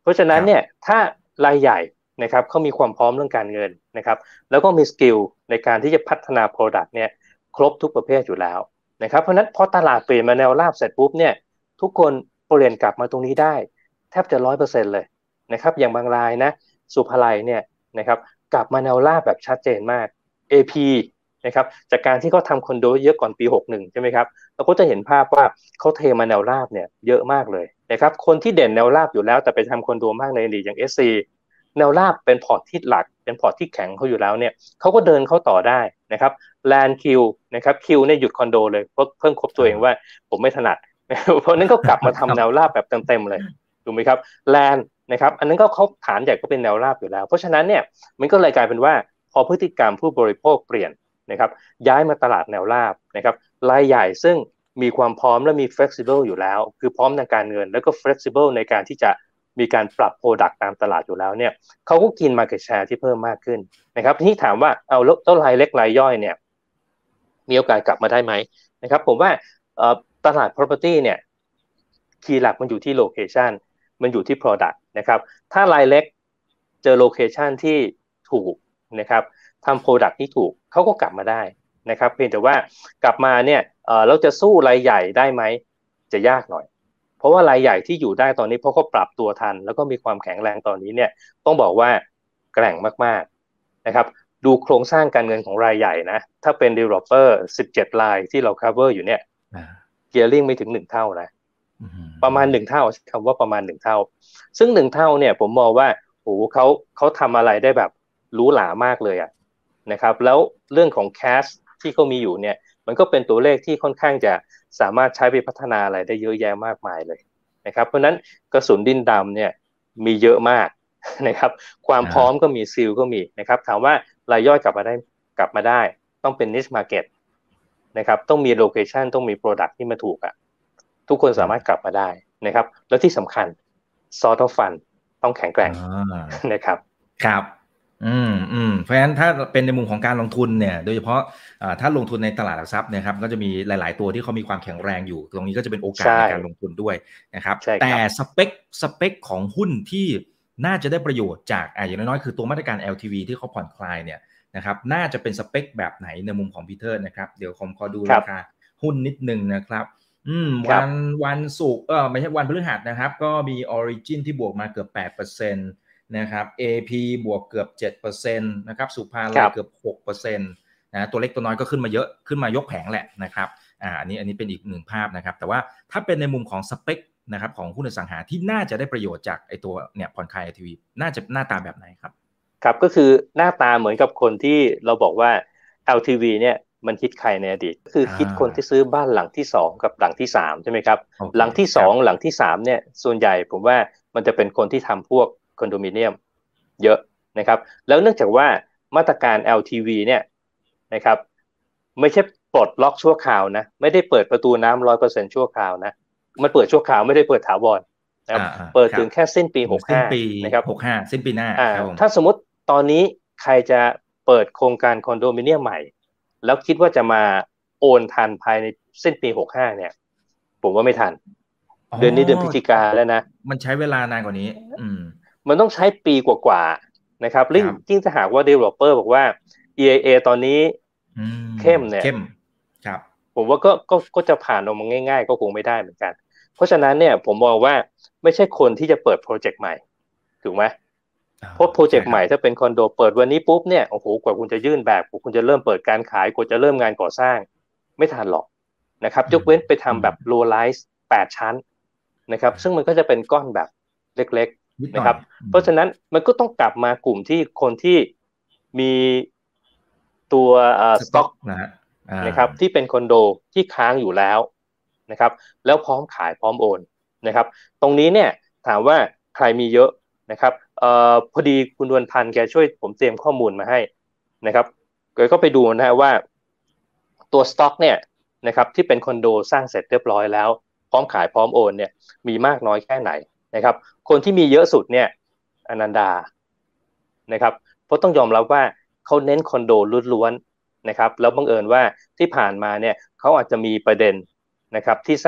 ราะฉะนั้ครับนเนี่ยถ้ารายใหญ่นะครับเขามีความพร้อมเรื่องการเงินนะครับแล้วก็มีสกิลในการที่จะพัฒนา Product เนี่ยครบทุกประเภทอยู่แล้วนะครับเพราะนั้นพอตลาดเปลี่ยนมาแนวราบเสร็จปุ๊บเนี่ยทุกคนเปลี่ยนกลับมาตรงนี้ได้แทบจะ100%เลยนะครับอย่างบางรายนะสุภาลัยเนี่ยนะครับกลับมาแนวราบแบบชัดเจนมาก AP นะครับจากการที่เขาทำคอนโดเยอะก่อนปี61ใช่ไหมครับเราก็จะเห็นภาพว่าเขาเทมาแนวราบเนี่ยเยอะมากเลยนะครับคนที่เด่นแนวราบอยู่แล้วแต่ไปทำคอนโดมากในอดีตอย่าง SC แนวราบเป็นพอร์ตที่หลักเป็นพอร์ตที่แข็งเขาอยู่แล้วเนี่ยเขาก็เดินเข้าต่อได้นะครับแลนคิวนะครับคิวเนี่ยหยุดคอนโดเลยเพราะเพิ่งคบตัวเองว่าผมไม่ถนัดเพราะนั้นก็กลับมาครัทำแนวบราบแบบเต็มๆเลยถูกไหมครับแลนนะครับอันนั้นก็เขาฐานใหญ่ก็เป็นแนวราบอยู่แล้วเพราะฉะนั้นเนี่ยมันก็เลยกลายเป็นว่าพอพฤติกรรมผู้บริโภคเปลี่ยนนะครับย้ายมาตลาดแนวราบนะครับรายใหญ่ซึ่งมีความพร้อมและมี flexible อยู่แล้วคือพร้อมในการเงินแล้วก็ flexible ในการที่จะมีการปรับ product ตามตลาดอยู่แล้วเนี่ยเขาก็กิน market share ที่เพิ่มมากขึ้นนะครับที่ถามว่าเอาแล้วรายเล็กรายย่อยเนี่ยมีโอกาสกลับมาได้ไหมนะครับผมว่าตลาด property เนี่ยคีย์หลักมันอยู่ที่ location มันอยู่ที่ product นะครับถ้ารายเล็กเจอ location ที่ถูกนะครับทำ product ที่ถูกเขาก็กลับมาได้นะครับเพียงแต่ว่ากลับมาเนี่ยเราจะสู้รายใหญ่ได้ไหมจะยากหน่อยเพราะว่ารายใหญ่ที่อยู่ได้ตอนนี้เพราะเขาปรับตัวทันแล้วก็มีความแข็งแรงตอนนี้เนี่ยต้องบอกว่าแกร่งมากๆนะครับดูโครงสร้างการเงินของรายใหญ่นะถ้าเป็น developer 17รายที่เรา cover อยู่เนี่ยเกียร์ลิงไม่ถึง1เท่านะประมาณ1เท่าคำว่าประมาณ1เท่าซึ่ง1เท่าเนี่ยผมมองว่าโอ้เขาทำอะไรได้แบบหรูหรามากเลยอะนะครับแล้วเรื่องของ cash ที่เขามีอยู่เนี่ยมันก็เป็นตัวเลขที่ค่อนข้างจะสามารถใช้ไปพัฒนาอะไรได้เยอะแยะมากมายเลยนะครับเพราะนั้นกระสุนดินดำเนี่ยมีเยอะมากนะครับความพร้อมก็มีซีลก็มีนะครับถามว่ารายย่อยกลับมาได้ต้องเป็น niche market นะครับต้องมี location ต้องมี product ที่มาถูกอ่ะทุกคนสามารถกลับมาได้นะครับแล้วที่สำคัญ sort of fund ต้องแข็งแกร่งนะครับครับเพราะฉะนั้นถ้าเป็นในมุมของการลงทุนเนี่ยโดยเฉพาะถ้าลงทุนในตลาดหลักทรัพย์นะครับก็จะมีหลายๆตัวที่เขามีความแข็งแรงอยู่ตรงนี้ก็จะเป็นโอกาสในการลงทุนด้วยนะครับแต่สเปคของหุ้นที่น่าจะได้ประโยชน์จากอย่างน้อยๆคือตัวมาตรการ LTV ที่เขาผ่อนคลายเนี่ยนะครับน่าจะเป็นสเปคแบบไหนในมุมของพีเตอร์นะครับเดี๋ยวผมขอดูราคาหุ้นนิดนึงนะครับวันศุกร์ไม่ใช่วันพฤหัสนะครับก็มี Origin ที่บวกมาเกือบ8%นะครับ AP บวกเกือบ 7% นะครับสุภาลัยเกือบ 6% นะตัวเล็กตัวน้อยก็ขึ้นมาเยอะขึ้นมายกแผงแหละนะครับอันนี้เป็นอีกหนึ่งภาพนะครับแต่ว่าถ้าเป็นในมุมของสเปคนะครับของหุ้นอสังหาที่น่าจะได้ประโยชน์จากไอ้ตัวเนี่ยผ่อนคลาย LTV น่าจะหน้าตาแบบไหนครับครับก็คือหน้าตาเหมือนกับคนที่เราบอกว่า LTV เนี่ยมันคิดใครในอดีตก็คือคิดคนที่ซื้อบ้านหลังที่2กับหลังที่3ใช่ไหมครับหลังที่2หลังที่3เนี่ยส่วนใหญ่ผมว่ามันจะเป็นคนที่ทำพวกคอนโดมิเนียมเยอะนะครับแล้วเนื่องจากว่ามาตรการ LTV เนี่ยนะครับไม่ใช่ปลดล็อกชั่วคราวนะไม่ได้เปิดประตูน้ำ100%ชั่วคราวนะมันเปิดชั่วคราวไม่ได้เปิดถาวรนะครับเปิดถึงแค่สิ้นปี65นะครับ 65สิ้นปีหน้าถ้าสมมติตอนนี้ใครจะเปิดโครงการคอนโดมิเนียมใหม่แล้วคิดว่าจะมาโอนทันภายในสิ้นปี65เนี่ยผมว่าไม่ทันเดือนนี้เดือนพฤศจิกาแล้วนะมันใช้เวลานานกว่านี้มันต้องใช้ปีกว่าๆนะครับยิ่งถ้าหากว่า developer บอกว่า EIA ตอนนี้เข้มเนี่ยครับผมว่าก็จะผ่านออกมาง่ายๆก็คงไม่ได้เหมือนกันเพราะฉะนั้นเนี่ยผมมองว่าไม่ใช่คนที่จะเปิดโปรเจกต์ใหม่ถูกไหมเพราะโปรเจกต์ใหม่ถ้าเป็นคอนโดเปิดวันนี้ปุ๊บเนี่ยโอ้โหกว่าคุณจะยื่นแบบกว่าคุณจะเริ่มเปิดการขายกว่าจะเริ่มงานก่อสร้างไม่ทันหรอกนะครับยกเว้นไปทำแบบ low rise 8 ชั้นนะครับซึ่งมันก็จะเป็นก้อนแบบเล็กๆนะครับเพราะฉะนั้นมันก็ต้องกลับมากลุ่มที่คนที่มีตัวสต็อกนะครับที่เป็นคอนโดที่ค้างอยู่แล้วนะครับแล้วพร้อมขายพร้อมโอนนะครับตรงนี้เนี่ยถามว่าใครมีเยอะนะครับพอดีคุณดวลพันธ์แกช่วยผมเตรียมข้อมูลมาให้นะครับก็ไปดูนะว่าตัวสต็อกเนี่ยนะครับที่เป็นคอนโดสร้างเสร็จเรียบร้อยแล้วพร้อมขายพร้อมโอนเนี่ยมีมากน้อยแค่ไหนนะครับคนที่มีเยอะสุดเนี่ยอนันดานะครับเพราะต้องยอมรับว่าเขาเน้นคอนโดล้วนๆนะครับแล้วบังเอิญว่าที่ผ่านมาเนี่ยเขาอาจจะมีประเด็นนะครับที่สร้าง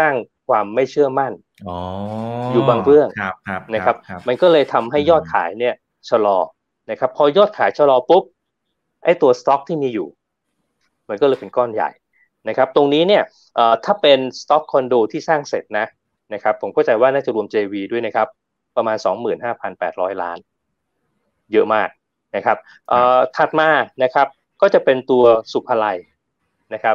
ความไม่เชื่อมั่นอ๋ออยู่บางเรื่องครับครับคนะครับรับครับมันก็เลยทำให้ยอดขายเนี่ยชะลอนะครับพอยอดขายชะลอปุ๊บไอ้ตัวสต็อกที่มีอยู่มันก็เลยเป็นก้อนใหญ่นะครับตรงนี้เนี่ยถ้าเป็นสต็อกคอนโดที่สร้างเสร็จนะครับผมเข้าใจว่าน่าจะรวม JV ด้วยนะครับประมาณ 25,800 ล้านเยอะมากนะครับถัดมานะครับก็จะเป็นตัวสุภาลัยนะครับ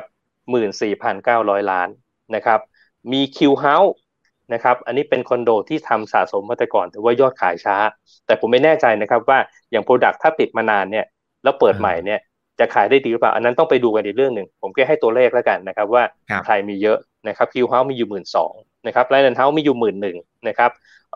14,900 ล้านนะครับมีคิวเฮาส์นะครับอันนี้เป็นคอนโดที่ทำสะสมมาแต่ก่อนแต่ว่ายอดขายช้าแต่ผมไม่แน่ใจนะครับว่าอย่างโปรดักต์ถ้าติดมานานเนี่ยแล้วเปิดใหม่เนี่ยจะขายได้ดีหรือเปล่าอันนั้นต้องไปดูกันอีกเรื่องหนึ่งผมแค่ให้ตัวเลขแล้วกันนะครับว่าใครมีเยอะนะครับคิวเฮาส์มีอยู่12,000นะครับไลแลนด์เฮาส์มีอยู่11,000นะครับ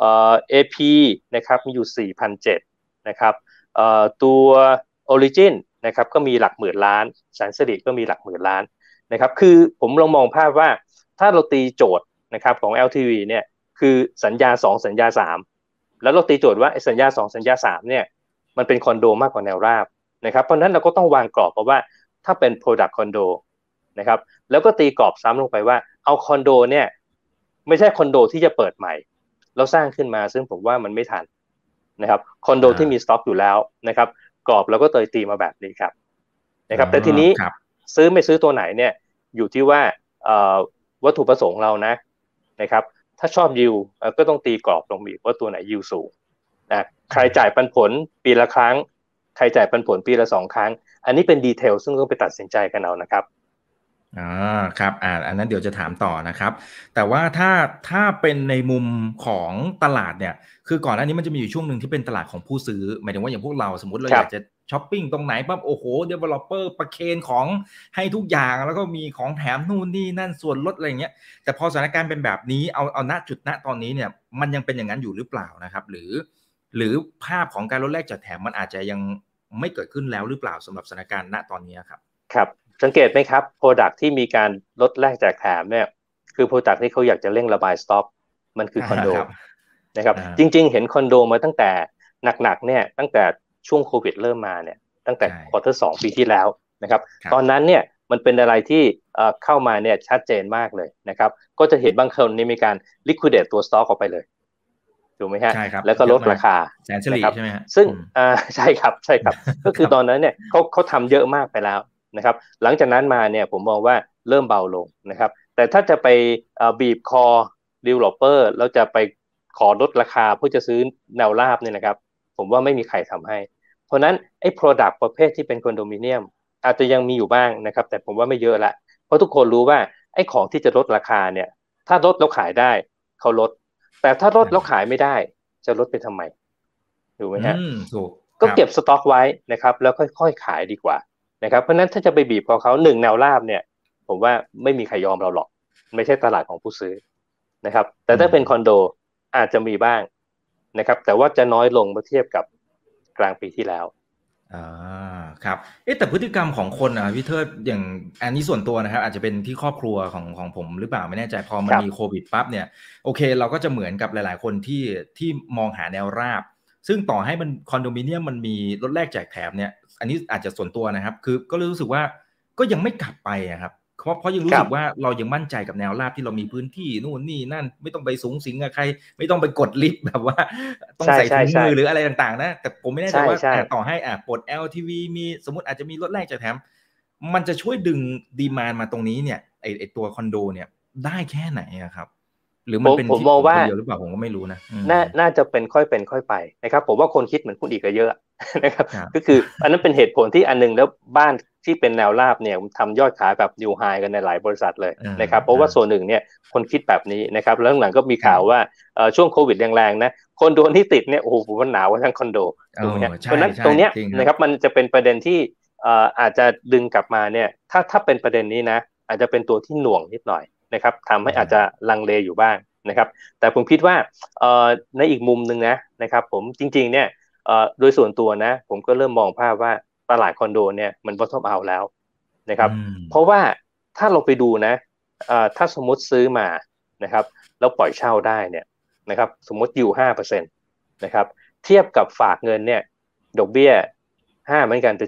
AP นะครับมีอยู่4,700นะครับตัวออริจินนะครับก็มีหลักหมื่นล้านแสนสิริก็มีหลักหมื่นล้านนะครับคือผมลองมองภาพว่าถ้าเราตีโจทย์นะครับของ LTV เนี่ยคือสัญญา2สัญญา3แล้วเราตีโจทย์ว่าสัญญา2สัญญา3เนี่ยมันเป็นคอนโดมากกว่าแนวราบนะครับเพราะนั้นเราก็ต้องวางกรอบเพราะว่าถ้าเป็น Product คอนโดนะครับแล้วก็ตีกรอบซ้ำลงไปว่าเอาคอนโดเนี่ยไม่ใช่คอนโดที่จะเปิดใหม่แล้วสร้างขึ้นมาซึ่งผมว่ามันไม่ทันนะครับคอนโดที่มีสต็อกอยู่แล้วนะครับกรอบแล้วก็ตีมาแบบนี้ครับนะครับแต่ทีนี้ซื้อไม่ซื้อตัวไหนเนี่ยอยู่ที่ว่าวัตถุประสงค์เรานะครับถ้าชอบยิวก็ต้องตีกรอบลงอีกว่าตัวไหนยิวสูงใครจ่ายปันผลปีละครั้งใครจ่ายปันผลปีละ2 ครั้งอันนี้เป็นดีเทลซึ่งต้องไปตัดสินใจกันเอานะครับครับอันนั้นเดี๋ยวจะถามต่อนะครับแต่ว่าถ้าเป็นในมุมของตลาดเนี่ยคือก่อนหน้านี้มันจะมีอยู่ช่วงหนึ่งที่เป็นตลาดของผู้ซื้อหมายถึงว่าอย่างพวกเราสมมติเราอยากจะช้อปปิ้งตรงไหนปั๊บโอ้โห developer ประเคนของให้ทุกอย่างแล้วก็มีของแถมนู่นนี่นั่นส่วนลดอะไรอย่างเงี้ยแต่พอสถานการณ์เป็นแบบนี้เอาณจุดณตอนนี้เนี่ยมันยังเป็นอย่างนั้นอยู่หรือเปล่านะครับหรือภาพของการลดแลกแจกแถมมันอาจจะยังไม่เกิดขึ้นแล้วหรือเปล่าสำหรับสถานการณ์ณตอนนี้ครับครับสังเกตไหมครับ Product ที่มีการลดแลกแจกแถมเนี่ยคือ Product ที่เขาอยากจะเร่งระบายสต็อกมันคือคอนโดนะครับจริงๆเห็นคอนโดมาตั้งแต่หนักๆเนี่ยตั้งแต่ช่วงโควิดเริ่มมาเนี่ยตั้งแต่ควอเตอร์2ปีที่แล้วนะครับตอนนั้นเนี่ยมันเป็นอะไรที่เข้ามาเนี่ยชัดเจนมากเลยนะครับก็จะเห็นบางคนนี่มีการ liquidate ตัวสต็อกออกไปเลยถูกไหมฮะแล้วก็ลดราคาแสนสิริใช่ไหมฮะซึ่งใช่ครับก็คือตอนนั้นเนี่ยเขาทำเยอะมากไปแล้วนะครับหลังจากนั้นมาเนี่ยผมมองว่าเริ่มเบาลงนะครับแต่ถ้าจะไปบีบคอ developer แล้วจะไปขอลดราคาเพื่อจะซื้อแนวราบเนี่ยนะครับผมว่าไม่มีใครทำให้เพราะนั้นไอ้ product ประเภทที่เป็นคอนโดมิเนียมอาจจะยังมีอยู่บ้างนะครับแต่ผมว่าไม่เยอะละเพราะทุกคนรู้ว่าไอ้ของที่จะลดราคาเนี่ยถ้าลดแล้วขายได้เขาลดแต่ถ้าลดแล้วขายไม่ได้จะลดไปทำไมถูกไหมฮะถูกก็เก็บสต็อกไว้นะครับแล้วค่อยๆขายดีกว่านะครับเพราะนั้นถ้าจะไปบีบเขา1แนวราบเนี่ยผมว่าไม่มีใครยอมเราหรอกไม่ใช่ตลาดของผู้ซื้อนะครับแต่ถ้าเป็นคอนโดอาจจะมีบ้างนะครับแต่ว่าจะน้อยลงเมื่อเทียบกับกลางปีที่แล้วครับแต่พฤติกรรมของคนพี่เทิดอย่างอันนี้ส่วนตัวนะครับอาจจะเป็นที่ครอบครัวของผมหรือเปล่าไม่แน่ใจพอมันมีโควิดปั๊บเนี่ยโอเคเราก็จะเหมือนกับหลายๆคนที่มองหาแนวราบซึ่งต่อให้มันคอนโดมิเนียมมันมีลดแลกแจกแถมเนี่ยอันนี้อาจจะส่วนตัวนะครับคือก็รู้สึกว่าก็ยังไม่กลับไปครับเพราะยังรู้สึกว่าเรายังมั่นใจกับแนวราบที่เรามีพื้นที่นู่นนี่นั่นไม่ต้องไปสูงสิงกับใครไม่ต้องไปกดลิฟต์แบบว่าต้องใส่ถุงมือหรืออะไรต่างๆนะแต่ผมไม่แน่ใจว่าต่อให้ปลด LTV มีสมมติอาจจะมีลดแลกแจกแถมมันจะช่วยดึงดีมานด์มาตรงนี้เนี่ยไอตัวคอนโดเนี่ยได้แค่ไหนครับหรือมันเป็นที่ผมคนเดียวหรือเปล่าผมก็ไม่รู้นะน่าจะเป็นค่อยเป็นค่อยไปนะครับผมว่าคนคิดเหมือนคุณอีกก็เยอะนะครับก็คืออันนั้นเป็นเหตุผลที่อันนึงแล้วบ้านที่เป็นแนวราบเนี่ยทำยอดขายแบบนิวไฮกันในหลายบริษัทเลยนะครับเพราะว่าส่วนหนึ่งเนี่ยคนคิดแบบนี้นะครับแล้วหลังก็มีข่าวว่าช่วงโควิดแรงๆนะคอนโดที่ติดเนี่ยโอ้โหมันหนาวทั้งคอนโดถูกไหมครับเพราะนั้นตรงเนี้ยนะครับมันจะเป็นประเด็นที่อาจจะดึงกลับมาเนี่ยถ้าเป็นประเด็นนี้นะอาจจะเป็นตัวที่หน่วงนิดหน่อยนะครับทำให้อาจจะลังเลอยู่บ้างนะครับแต่ผมคิดว่าในอีกมุมหนึ่งนะครับผมจริงๆเนี่ยโดยส่วนตัวนะผมก็เริ่มมองภาพว่าตลาดคอนโดเนี่ยมัน bottom out แล้วนะครับเพราะว่าถ้าเราไปดูนะถ้าสมมติซื้อมานะครับแล้วปล่อยเช่าได้เนี่ยนะครับสมมติอยู่5%นะครับเทียบกับฝากเงินเนี่ยดอกเบี้ย5เหมือนกันแต่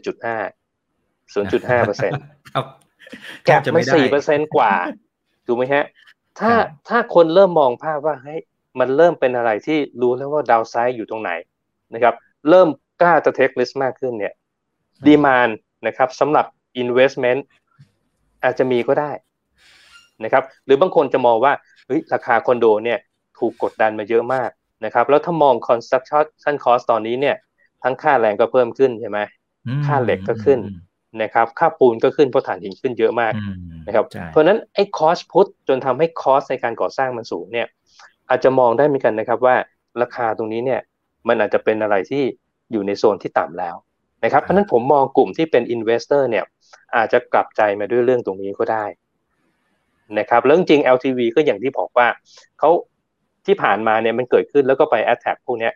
0.5% ครับแกะมัน 4% กว่าถูกไหมฮะถ้าครับถ้าคนเริ่มมองภาพว่าเฮ้ยมันเริ่มเป็นอะไรที่รู้แล้วว่าดาวไซด์อยู่ตรงไหนนะครับเริ่มกล้าจะเทคริสมากขึ้นเนี่ยอืมดีมานนะครับสำหรับ investment อาจจะมีก็ได้นะครับหรือบางคนจะมองว่าเฮ้ยราคาคอนโดเนี่ยถูกกดดันมาเยอะมากนะครับแล้วถ้ามอง construction cost ตอนนี้เนี่ยทั้งค่าแรงก็เพิ่มขึ้นใช่ไหมอืค่ามเหล็กก็ขึ้นอืมนะครับค่าปูนก็ขึ้นเพราะถ่านหินขึ้นเยอะมากอืมนะครับใช่เพราะฉะนั้นไอ้คอสพุทจนทำให้คอสในการก่อสร้างมันสูงเนี่ยอาจจะมองได้เหมือนกันนะครับว่าราคาตรงนี้เนี่ยมันอาจจะเป็นอะไรที่อยู่ในโซนที่ต่ำแล้วนะครับเพราะฉะนั้นผมมองกลุ่มที่เป็นอินเวสเตอร์เนี่ยอาจจะกลับใจมาด้วยเรื่องตรงนี้ก็ได้นะครับแล้วจริงๆ LTV ก็อย่างที่บอกว่าเขาที่ผ่านมาเนี่ยมันเกิดขึ้นแล้วก็ไป attack พวกเนี้ย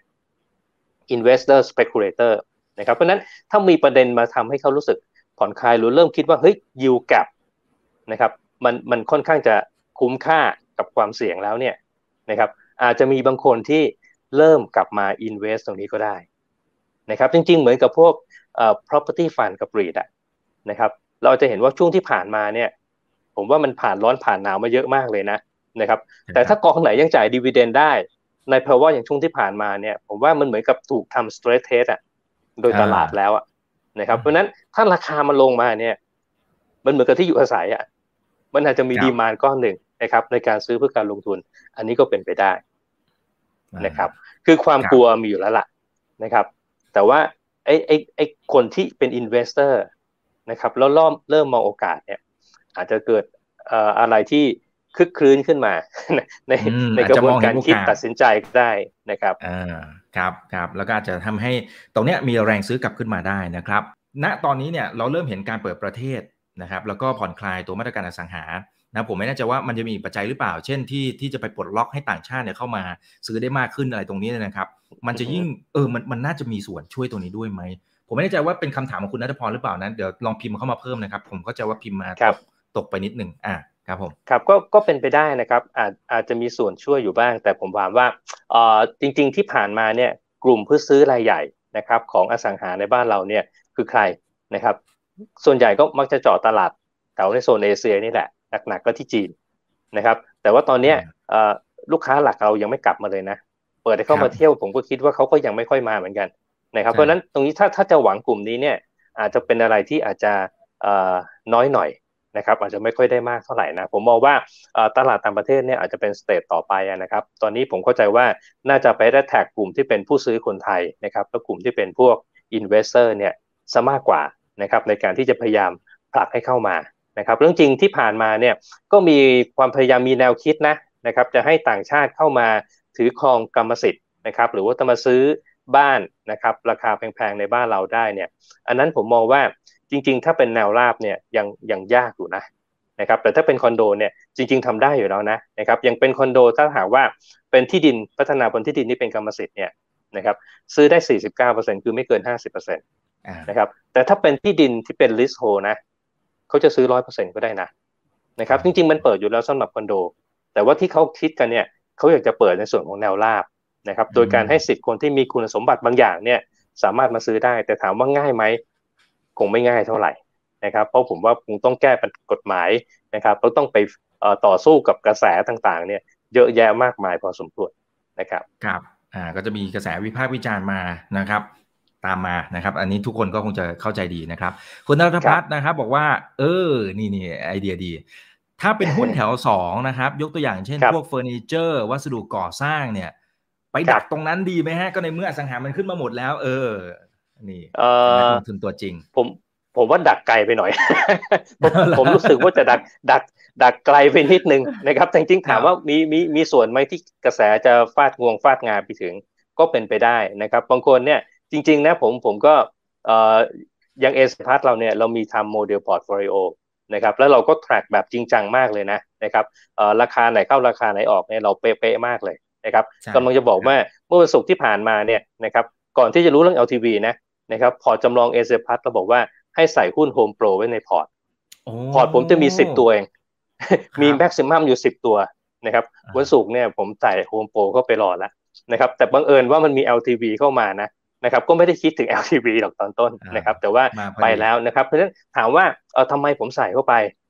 investor speculator นะครับเพราะนั้นถ้ามีประเด็นมาทำให้เขารู้สึกผ่อนคลายหรือเริ่มคิดว่าเฮ้ย yield gap นะครับมันค่อนข้างจะคุ้มค่ากับความเสี่ยงแล้วเนี่ยนะครับอาจจะมีบางคนที่เริ่มกลับมา invest ตรงนี้ก็ได้นะครับจริงๆเหมือนกับพวกproperty fund กับ REIT อะนะครับเราจะเห็นว่าช่วงที่ผ่านมาเนี่ยผมว่ามันผ่านร้อนผ่านหนาวมาเยอะมากเลยนะครับแต่ครับถ้ากองไหนยังจ่ายดีเวเดนได้ในภาวะอย่างช่วงที่ผ่านมาเนี่ยผมว่ามันเหมือนกับถูกทำ stress test อะโดยอ่ตลาดาแล้วอะนะครับเพราะนั้นถ้าราคามันลงมาเนี่ยมันเหมือนกับที่อยู่อาศัยอะมันอาจจะมีดีมานครับก้อนหนึ่งนะครับในการซื้อเพื่อการลงทุนอันนี้ก็เป็นไปได้นะครับอ่าคือความครับกลัวมีอยู่แล้วล่ะนะครับแต่ว่าไอ้คนที่เป็นอินเวสเตอร์นะครับแล้วเริ่มมองโอกาสเนี่ยอาจจะเกิดอะไรที่คึกครื้นขึ้นมาในอืมในกระบวนอาจจะมองเห็การคิดนโอกาสตัดสินใจก็ได้นะครับอาครับแล้วก็อาจจะทำให้ตรงเนี้ยมีแรงซื้อกลับขึ้นมาได้นะครับณตอนนี้เนี่ยเราเริ่มเห็นการเปิดประเทศนะครับแล้วก็ผ่อนคลายตัวมาตรการอสังหานะผมไม่แน่ใจว่ามันจะมีอีกปัจจัยหรือเปล่าเช่นที่จะไปปลดล็อกให้ต่างชาติเนี่ยเข้ามาซื้อได้มากขึ้นอะไรตรงนี้เนี่ยนะครับมันอือฮึจะยิ่งมันน่าจะมีส่วนช่วยตรงนี้ด้วยไหมผมไม่แน่ใจว่าเป็นคำถามของคุณณัฐพรหรือเปล่านะเดี๋ยวลองพิมพ์เข้ามาเพิ่มนะครับผมเข้าใจว่าพิมพ์มาครับตกไปนิดหนึ่งครับผมครับก็เป็นไปได้นะครับอาจจะมีส่วนช่วยอยู่บ้างแต่ผมถามว่าจริงๆที่ผ่านมาเนี่ยกลุ่มผู้ซื้อรายใหญ่นะครับของอสังหาในบ้านเราเนี่ยคือใครนะครับส่วนใหญ่ก็มักจะเจาะตลาดแถวในโซนเอเชียนี่แหละหนักๆก็ที่จีนนะครับแต่ว่าตอนเนี้ยอาลูกค้าหลักเรายังไม่กลับมาเลยนะเปิดให้คเข้ารับมาเที่ยวผมก็คิดว่าเขาก็ยังไม่ค่อยมาเหมือนกันนะครับเพใช่ราะฉะนั้นตรงนี้ถ้าจะหวังกลุ่มนี้เนี่ยอาจจะเป็นอะไรที่อาจจะน้อยหน่อย นะครับอาจจะไม่ค่อยได้มากเท่าไหร่นะผมมองว่าตลาดต่างประเทศเนี่ยอาจจะเป็นสเตจต่อไปนะครับตอนนี้ผมเข้าใจว่าน่าจะไปได้แท็กกลุ่มที่เป็นผู้ซื้อคนไทยนะครับแล้วกลุ่มที่เป็นพวกอินเวสเตอร์เนี่ยซะมากกว่านะครับในการที่จะพยายามผลักให้เข้ามานะครับเรื่องจริงที่ผ่านมาเนี่ยก็มีความพยายามมีแนวคิดนะครับจะให้ต่างชาติเข้ามาถือครองกรรมสิทธิ์นะครับหรือว่าจะมาซื้อบ้านนะครับราคาแพงๆในบ้านเราได้เนี่ยอันนั้นผมมองว่า จริงๆถ้าเป็นแนวราบเนี่ยยังยากอยู่นะครับแต่ถ้าเป็นคอนโดเนี่ยจริงๆทำได้อยู่แล้วนะครับยังเป็นคอนโดถ้าหากว่าเป็นที่ดินพัฒนาบนที่ดินที่เป็นกรรมสิทธิ์เนี่ยนะครับซื้อได้49%คือไม่เกิน50% อานะครับแต่ถ้าเป็นที่ดินที่เป็น leasehold นะเขาจะซื้อ100%ก็ได้นะครับจริงๆมันเปิดอยู่แล้วสำหรับคอนโดแต่ว่าที่เขาคิดกันเนี่ยเขาอยากจะเปิดในส่วนของแนวราบนะครับอืโดยการให้สิทมธิ์คนที่มีคุณสมบัติบางอย่างเนี่ยสามารถมาซื้อได้แต่ถามว่าง่ายไหมคงไม่ง่ายเท่าไหร่นะครับเพราะผมว่าคงต้องแก้กฎหมายนะครับเราต้องไปต่อสู้กับกระแสต่างๆเนี่ยเยอะแยะมากมายพอสมควรนะครับครับก็จะมีกระแสวิพากษ์วิจารณ์มานะครับตามมานะครับอันนี้ทุกคนก็คงจะเข้าใจดีนะครับคุณณัฐครับพัฒน์นะครับบอกว่านี่ไอเดียดีถ้าเป็นหุ้นแถว2นะครับยกตัวอย่างเช่นครับพวกเฟอร์นิเจอร์วัสดุก่อสร้างเนี่ยไปครับดักตรงนั้นดีไหมฮะก็ในเมื่ออสังหามันขึ้นมาหมดแล้วนี่เอ่เป็นนักอลงทุนตัวจริงผมผมว่าดักไกลไปหน่อยผมเหรอผมรู้สึกว่าจะดักดักไกลไปนิดนึงนะครับแต่จริงๆถามว่าครับมีส่วนไหมที่กระแสจะฟาดงวงฟาดงาไปถึงก็เป็นไปได้นะครับบางคนเนี่ยจริงๆนะผมก็เอ่อยังเอสพัทเราเนี่ยเรามีทำโมเดลพอร์ตโฟลิโอนะครับแล้วเราก็ track แบบจริงจังมากเลยนะครับราคาไหนเข้าราคาไหนออกเนี่ยเราเป๊ะๆมากเลยนะครับใช่กำลังจะบอกครับว่าเมื่อวันศุกร์ที่ผ่านมาเนี่ยนะครับก่อนที่จะรู้เรื่อง LTV นะครับพอร์ตจำลองเอเ p พัทเราบอกว่าให้ใส่หุ้นโฮมโปรไว้ในโอ้พอร์ตผมจะมี10 ตัวเอง มีครับแม็กซิมัมอยู่10 ตัวนะครับวันศุกร์เนี่ยผมใส่โฮมโปรเข้าไปรอแล้วนะครับแต่บังเอิญว่ามันมี LTV เข้ามานะครับก็ไม่ได้คิดถึง LTV หรอกตอนต้นอานะครับแต่ว่าไปมาพอดีแล้วนะครับเพราะฉะนั้นถามว่าทำไมผมใส่เข้าไป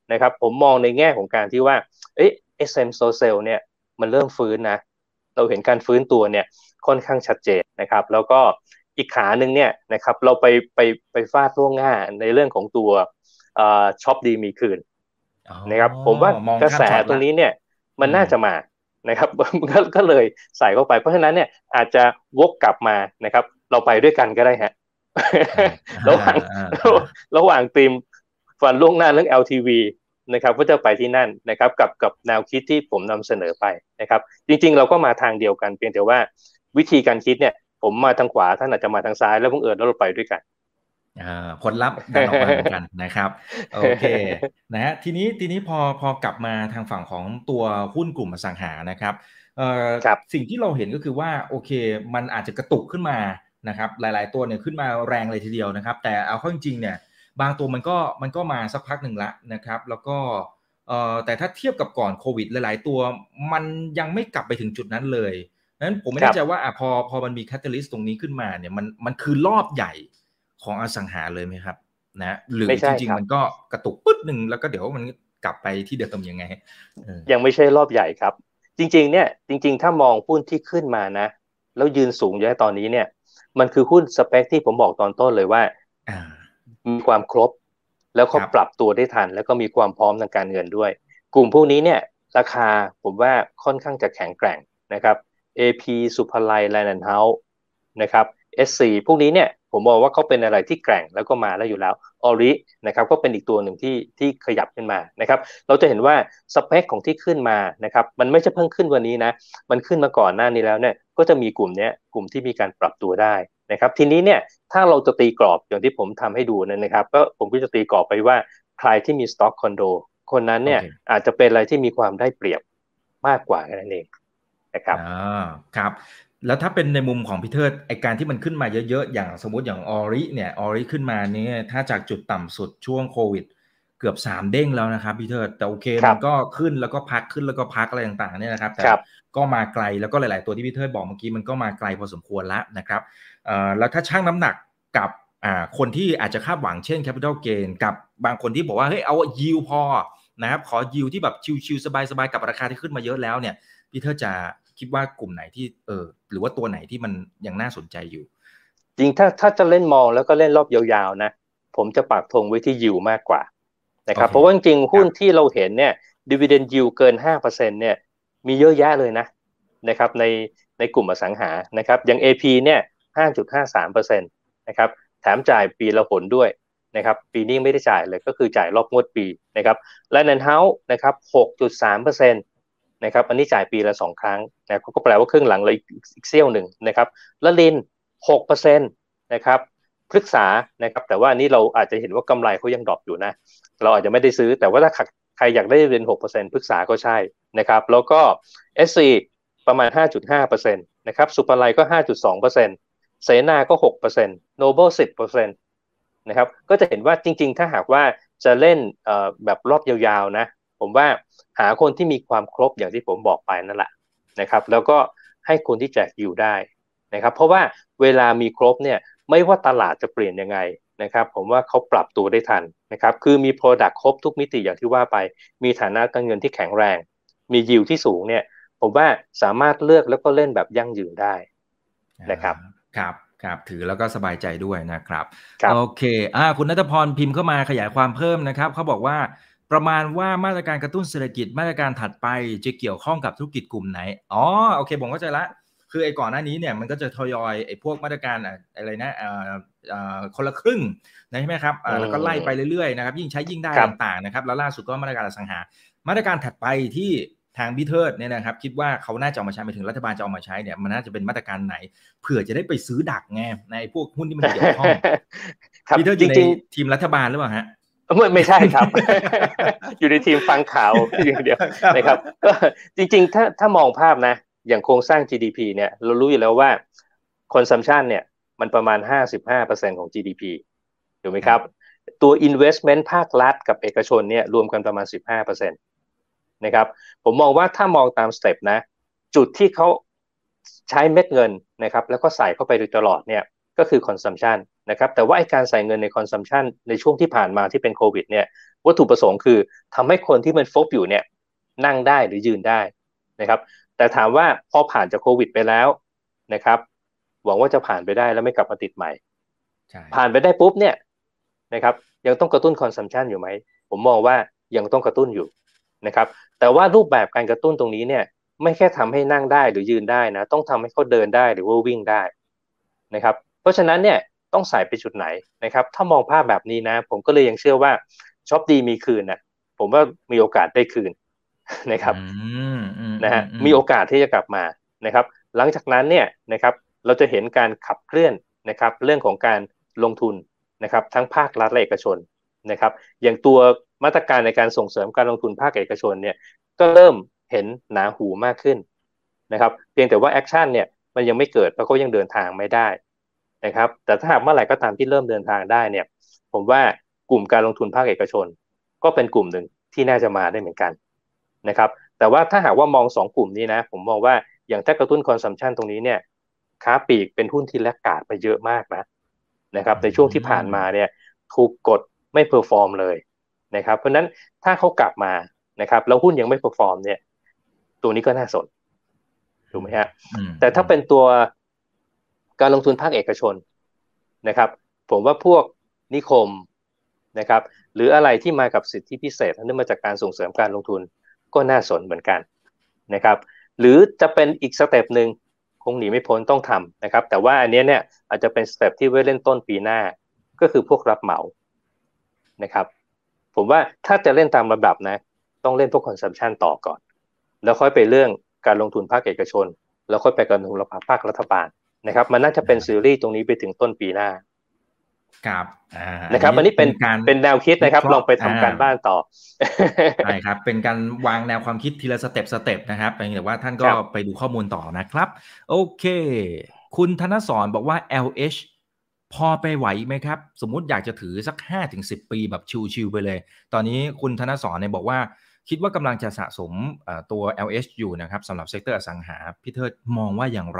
นะครับผมมองในแง่ของการที่ว่าSM Social เนี่ยมันเริ่มฟื้นนะเราเห็นการฟื้นตัวเนี่ยค่อนข้างชัดเจนนะครับแล้วก็อีกขาหนึ่งเนี่ยนะครับเราไปฟาดล่วงหน้าในเรื่องของตัวช็อปดีมีคืนอ๋อนะครับผมว่ากระแสมองข้ามช็อตละตรงนี้เนี่ยมันอืมน่าจะมานะครับก็เลยใส่เข้าไปเพราะฉะนั้นเนี่ยอาจจะวกกลับมานะครับเราไปด้วยกันก็ได้ฮะอ่าระหว่างอ่าระหว่างทีมฟันล่วงหน้าเรื่อง LTV นะครับก็จะไปที่นั่นนะครับกับแนวคิดที่ผมนำเสนอไปนะครับจริงๆเราก็มาทางเดียวกันเพียงแต่ว่าวิธีการคิดเนี่ยผมมาทางขวาท่านอาจจะมาทางซ้ายแล้วบังเอิญแล้วเราไปด้วยกันผลลัพธ์ดันออกมาเหมือนกันนะครับโอเคนะฮะทีนี้พอกลับมาทางฝั่งของตัวหุ้นกลุ่มอสังหานะครับครับสิ่งที่เราเห็นก็คือว่าโอเคมันอาจจะกระตุกขึ้นมานะครับหลายๆตัวเนี่ยขึ้นมาแรงเลยทีเดียวนะครับแต่เอาเข้าจริงๆเนี่ยบางตัวมันก็มาสักพักหนึ่งละนะครับแล้วก็แต่ถ้าเทียบกับก่อนโควิดหลายๆตัวมันยังไม่กลับไปถึงจุดนั้นเลยนั้นผมไม่ครับแน่ใจว่าพอมันมีแคตตาลิสต์ตรงนี้ขึ้นมาเนี่ยมันคือรอบใหญ่ของอสังหาเลยไหมครับนะหรือไม่จใช่ครับริงๆมันก็กระตุกปึ๊ดหนึ่งแล้วก็เดี๋ยวมันกลับไปที่เดิมยังไงยังไม่ใช่รอบใหญ่ครับจริงๆเนี่ยจริงๆถ้ามองหุ้นที่ขึ้นมานะแล้วยืนสูงอยู่ในตอนนี้เนี่ยมันคือหุ้นสเปคที่ผมบอกตอนต้นเลยว่าอ่ามีความครบแล้วคเขารับปรับตัวได้ทันแล้วก็มีความพร้อมทางการเงินด้วยกลุ่มพวกนี้เนี่ยราคาผมว่าค่อนข้างจะแข็งแกร่งนะครับ AP สุภาลัย Land and House นะครับ SC พวกนี้เนี่ยผมมองว่าเขาเป็นอะไรที่แกร่งแล้วก็มาแล้วอยู่แล้วออรินะครับก็เป็นอีกตัวหนึ่งที่ขยับขึ้นมานะครับ เราจะเห็นว่าสเปคของที่ขึ้นมานะครับมันไม่ใช่เพิ่งขึ้นวันนี้นะมันขึ้นมาก่อนหน้านี้แล้วเนี่ยก็จะมีกลุ่มนี้กลุ่มที่มีการปรับตัวได้นะครับทีนี้เนี่ยถ้าเราจะตีกรอบอย่างที่ผมทำให้ดูนะครับก็ผมก็จะตีกรอบไปว่าใครที่มีสต็อกคอนโดคนนั้นเนี่ยโอเคอาจจะเป็นอะไรที่มีความได้เปรียบมากกว่านั่นเองนะครับครับแล้วถ้าเป็นในมุมของพี่เทิดไอการที่มันขึ้นมาเยอะๆอย่างสมมติอย่างออริเนี่ยออริขึ้นมาเนี่ยถ้าจากจุดต่ำสุดช่วงโควิดเกือบ3เด้งแล้วนะครับพี่เทิดแต่โอเคครับมันก็ขึ้นแล้วก็พักขึ้นแล้วก็พักอะไรต่างๆเนี่ยนะครับแต่ครับก็มาไกลแล้วก็หลายๆตัวที่พี่เทิดบอกเมื่อกี้มันก็มาไกลพอสมควรแล้วนะครับแล้วถ้าชั่งน้ำหนักกับคนที่อาจจะคาดหวังเช่น Capital Gain กับบางคนที่บอกว่าเฮ้ยเอา yield พอนะครับขอ yield ที่แบบชิลๆสบายๆกับราคาที่ขึ้นมาเยอะแล้วเนี่ยพี่เทิดจะคิดว่ากลุ่มไหนที่หรือว่าตัวไหนที่มันยังน่าสนใจอยู่จริงถ้าจะเล่นมองแล้วก็เล่นรอบยาวๆนะผมจะปักธงไว้ที่ยิวมากกว่านะโอเคครับเพราะว่าจริงๆหุ้นครับที่เราเห็นเนี่ยดิวิเดนยิวเกิน5%เนี่ยมีเยอะแยะเลยนะครับในกลุ่มอสังหานะครับอย่าง AP เนี่ย5.53%นะครับแถมจ่ายปีละหนด้วยนะครับปีนี้ไม่ได้จ่ายเลยก็คือจ่ายรอบงวดปีนะครับและนันเฮาส์นะครับ6.3%นะครับอันนี้จ่ายปีละ2ครั้งนะก็แปลว่าครึ่งหลังเลยอีกเซี่ยวหนึ่งนะครับและลิน 6%นะครับพฤกษานะครับแต่ว่านี้เราอาจจะเห็นว่ากำไรเขายังดรอปอยู่นะเราอาจจะไม่ได้ซื้อแต่ว่าถ้าใครอยากได้เรียน 6%พฤกษาก็ใช่นะครับแล้วก็ SC ประมาณ 5.5%นะครับสุภาลัยก็ 5.2%เสนาก็ 6% Noble 10%นะครับก็จะเห็นว่าจริงๆถ้าหากว่าจะเล่นแบบรอบยาวๆนะผมว่าหาคนที่มีความครบอย่างที่ผมบอกไปนั่นแหละนะครับแล้วก็ให้คนที่แจกยิวได้นะครับเพราะว่าเวลามีครบเนี่ยไม่ว่าตลาดจะเปลี่ยนยังไงนะครับผมว่าเขาปรับตัวได้ทันนะครับคือมี Product ครบทุกมิติอย่างที่ว่าไปมีฐานะการเงินที่แข็งแรงมียิวที่สูงเนี่ยผมว่าสามารถเลือกแล้วก็เล่นแบบยั่งยืนได้นะครับครับครับถือแล้วก็สบายใจด้วยนะครับโอครับเคคุณณัฐพรพิมพ์เข้ามาขยายความเพิ่มนะครับเขาบอกว่าประมาณว่ามาตรการกระตุ้นเศรษฐกิจมาตรการถัดไปจะเกี่ยวข้องกับธุรกิจกลุ่มไหนอ๋อโอเคผมเข้าใจละคือไอ้ก่อนหน้านี้เนี่ยมันก็จะทยอยไอ้พวกมาตรการอะไรนะคนละครึ่งนะใช่ไหมครับแล้วก็ไล่ไปเรื่อยๆนะครับยิ่งใช้ยิ่งได้ครับต่างๆนะครับแล้วล่าสุดก็มาตรการอสังหามาตรการถัดไปที่ทางพี่เทิดเนี่ยนะครับคิดว่าเขาน่าจะเอามาใช้หมายถึงรัฐบาลจะเอามาใช้เนี่ยมันน่าจะเป็นมาตรการไหนเผื่อจะได้ไปซื้อดักไงในพวกหุ้นที่มันเกี่ยวข้องครับพี่เทิดอยู่ในจริงทีมรัฐบาลหรือเปล่าฮะๆไม่ใช่ครับอยู่ในทีมฟังข่าวอย่างเดียวครับนะครับก็จริงๆถ้ามองภาพนะอย่างโครงสร้าง GDP เนี่ยเรารู้อยู่แล้วว่า consumption เนี่ยมันประมาณ55%ของ GDP ถูกไหมครับตัว investment ภาครัฐกับเอกชนเนี่ยรวมกันประมาณ15%นะครับผมมองว่าถ้ามองตามสเต็ปนะจุดที่เขาใช้เม็ดเงินนะครับแล้วก็ใส่เข้าไปโดยตลอดเนี่ยก็คือ consumption นะครับแต่ว่าไอ้การใส่เงินในคอนซัมชันในช่วงที่ผ่านมาที่เป็นโควิดเนี่ยวัตถุประสงค์คือทำให้คนที่มันฟบอยู่เนี่ยนั่งได้หรือยืนได้นะครับแต่ถามว่าพอผ่านจากโควิดไปแล้วนะครับหวังว่าจะผ่านไปได้แล้วไม่กลับมาติดใหม่ใช่ผ่านไปได้ปุ๊บเนี่ยนะครับยังต้องกระตุ้นคอนซัมชันอยู่ไหมผมมองว่ายังต้องกระตุ้นอยู่นะครับแต่ว่ารูปแบบการกระตุ้นตรงนี้เนี่ยไม่แค่ทำให้นั่งได้หรือยืนได้นะต้องทำให้เขาเดินได้หรือว่าวิ่งได้นะครับเพราะฉะนั้นเนี่ยต้องใส่ไปจุดไหนนะครับถ้ามองภาพแบบนี้นะผมก็เลยยังเชื่อว่าช็อปดีมีคืนนะผมว่ามีโอกาสได้คืนนะคอืรับมอืมนะฮะอืมอืมมีโอกาสที่จะกลับมานะครับหลังจากนั้นเนี่ยนะครับเราจะเห็นการขับเคลื่อนนะครับเรื่องของการลงทุนนะครับทั้งภาครัฐและเอกชนนะครับอย่างตัวมาตรการในการส่งเสริมการลงทุนภาคเอกชนเนี่ยก็เริ่มเห็นหนาหูมากขึ้นนะครับเพียงแต่ว่าแอคชั่นเนี่ยมันยังไม่เกิดเพราะเขายังเดินทางไม่ได้นะครับแต่ถ้าหากเมื่อไหร่ก็ตามที่เริ่มเดินทางได้เนี่ยผมว่ากลุ่มการลงทุนภาคเอกชนก็เป็นกลุ่มหนึ่งที่น่าจะมาได้เหมือนกันนะครับแต่ว่าถ้าหากว่ามองสองกลุ่มนี้นะผมมองว่าอย่างถ้ากระตุ้นคอนซัมชันตรงนี้เนี่ยค้าปลีกเป็นหุ้นที่แลกขาดไปเยอะมากนะครับอืในช่วงที่ผ่านมมาเนี่ยถูกกดไม่เพอร์ฟอร์มเลยนะครับเพราะนั้นถ้าเขากลับมานะครับแล้วหุ้นยังไม่เพอร์ฟอร์มเนี่ยตัวนี้ก็น่าสนถูกไหมฮะอืมแต่อืมถ้าเป็นตัวการลงทุนภาคเอกชนนะครับผมว่าพวกนิคมนะครับหรืออะไรที่มากับสิทธิพิเศษเนื่องมาจากการส่งเสริมการลงทุนก็น่าสนเหมือนกันนะครับหรือจะเป็นอีกสเต็ปหนึ่งคงหนีไม่พ้นต้องทำนะครับแต่ว่าอันนี้เนี่ยอาจจะเป็นสเต็ปที่ไว้เล่นต้นปีหน้าก็คือพวกรับเหมานะครับผมว่าถ้าจะเล่นตามลำดับนะต้องเล่นพวกคอนซัมชันต่อก่อนแล้วค่อยไปเรื่องการลงทุนภาคเอกชนแล้วค่อยไปการลงทุนภาครัฐบาลนะครับมันน่าจะเป็นซีรีส์ตรงนี้ไปถึงต้นปีหน้าครับอันนะครับนี้อันนี้เป็นเป็นการเป็นแนวคิดนะครับลองวิเคราะห์ไปทำการบ้านต่อใช่ครับเป็นการวางแนวความคิดทีละสเต็ปนะครับแต่ว่าท่านคก็รับไปดูข้อมูลต่อนะครับโอเคคุณธนสรบอกว่า LH พอไปไหวไหมครับสมมุติอยากจะถือสัก5-10 ปีแบบชิลๆไปเลยตอนนี้คุณธนสรเนี่ยบอกว่าคิดว่ากำลังจะสะสมตัว LH อยู่นะครับสำหรับเซกเตอร์อสังหาพี่เทิดมองว่าอย่างไร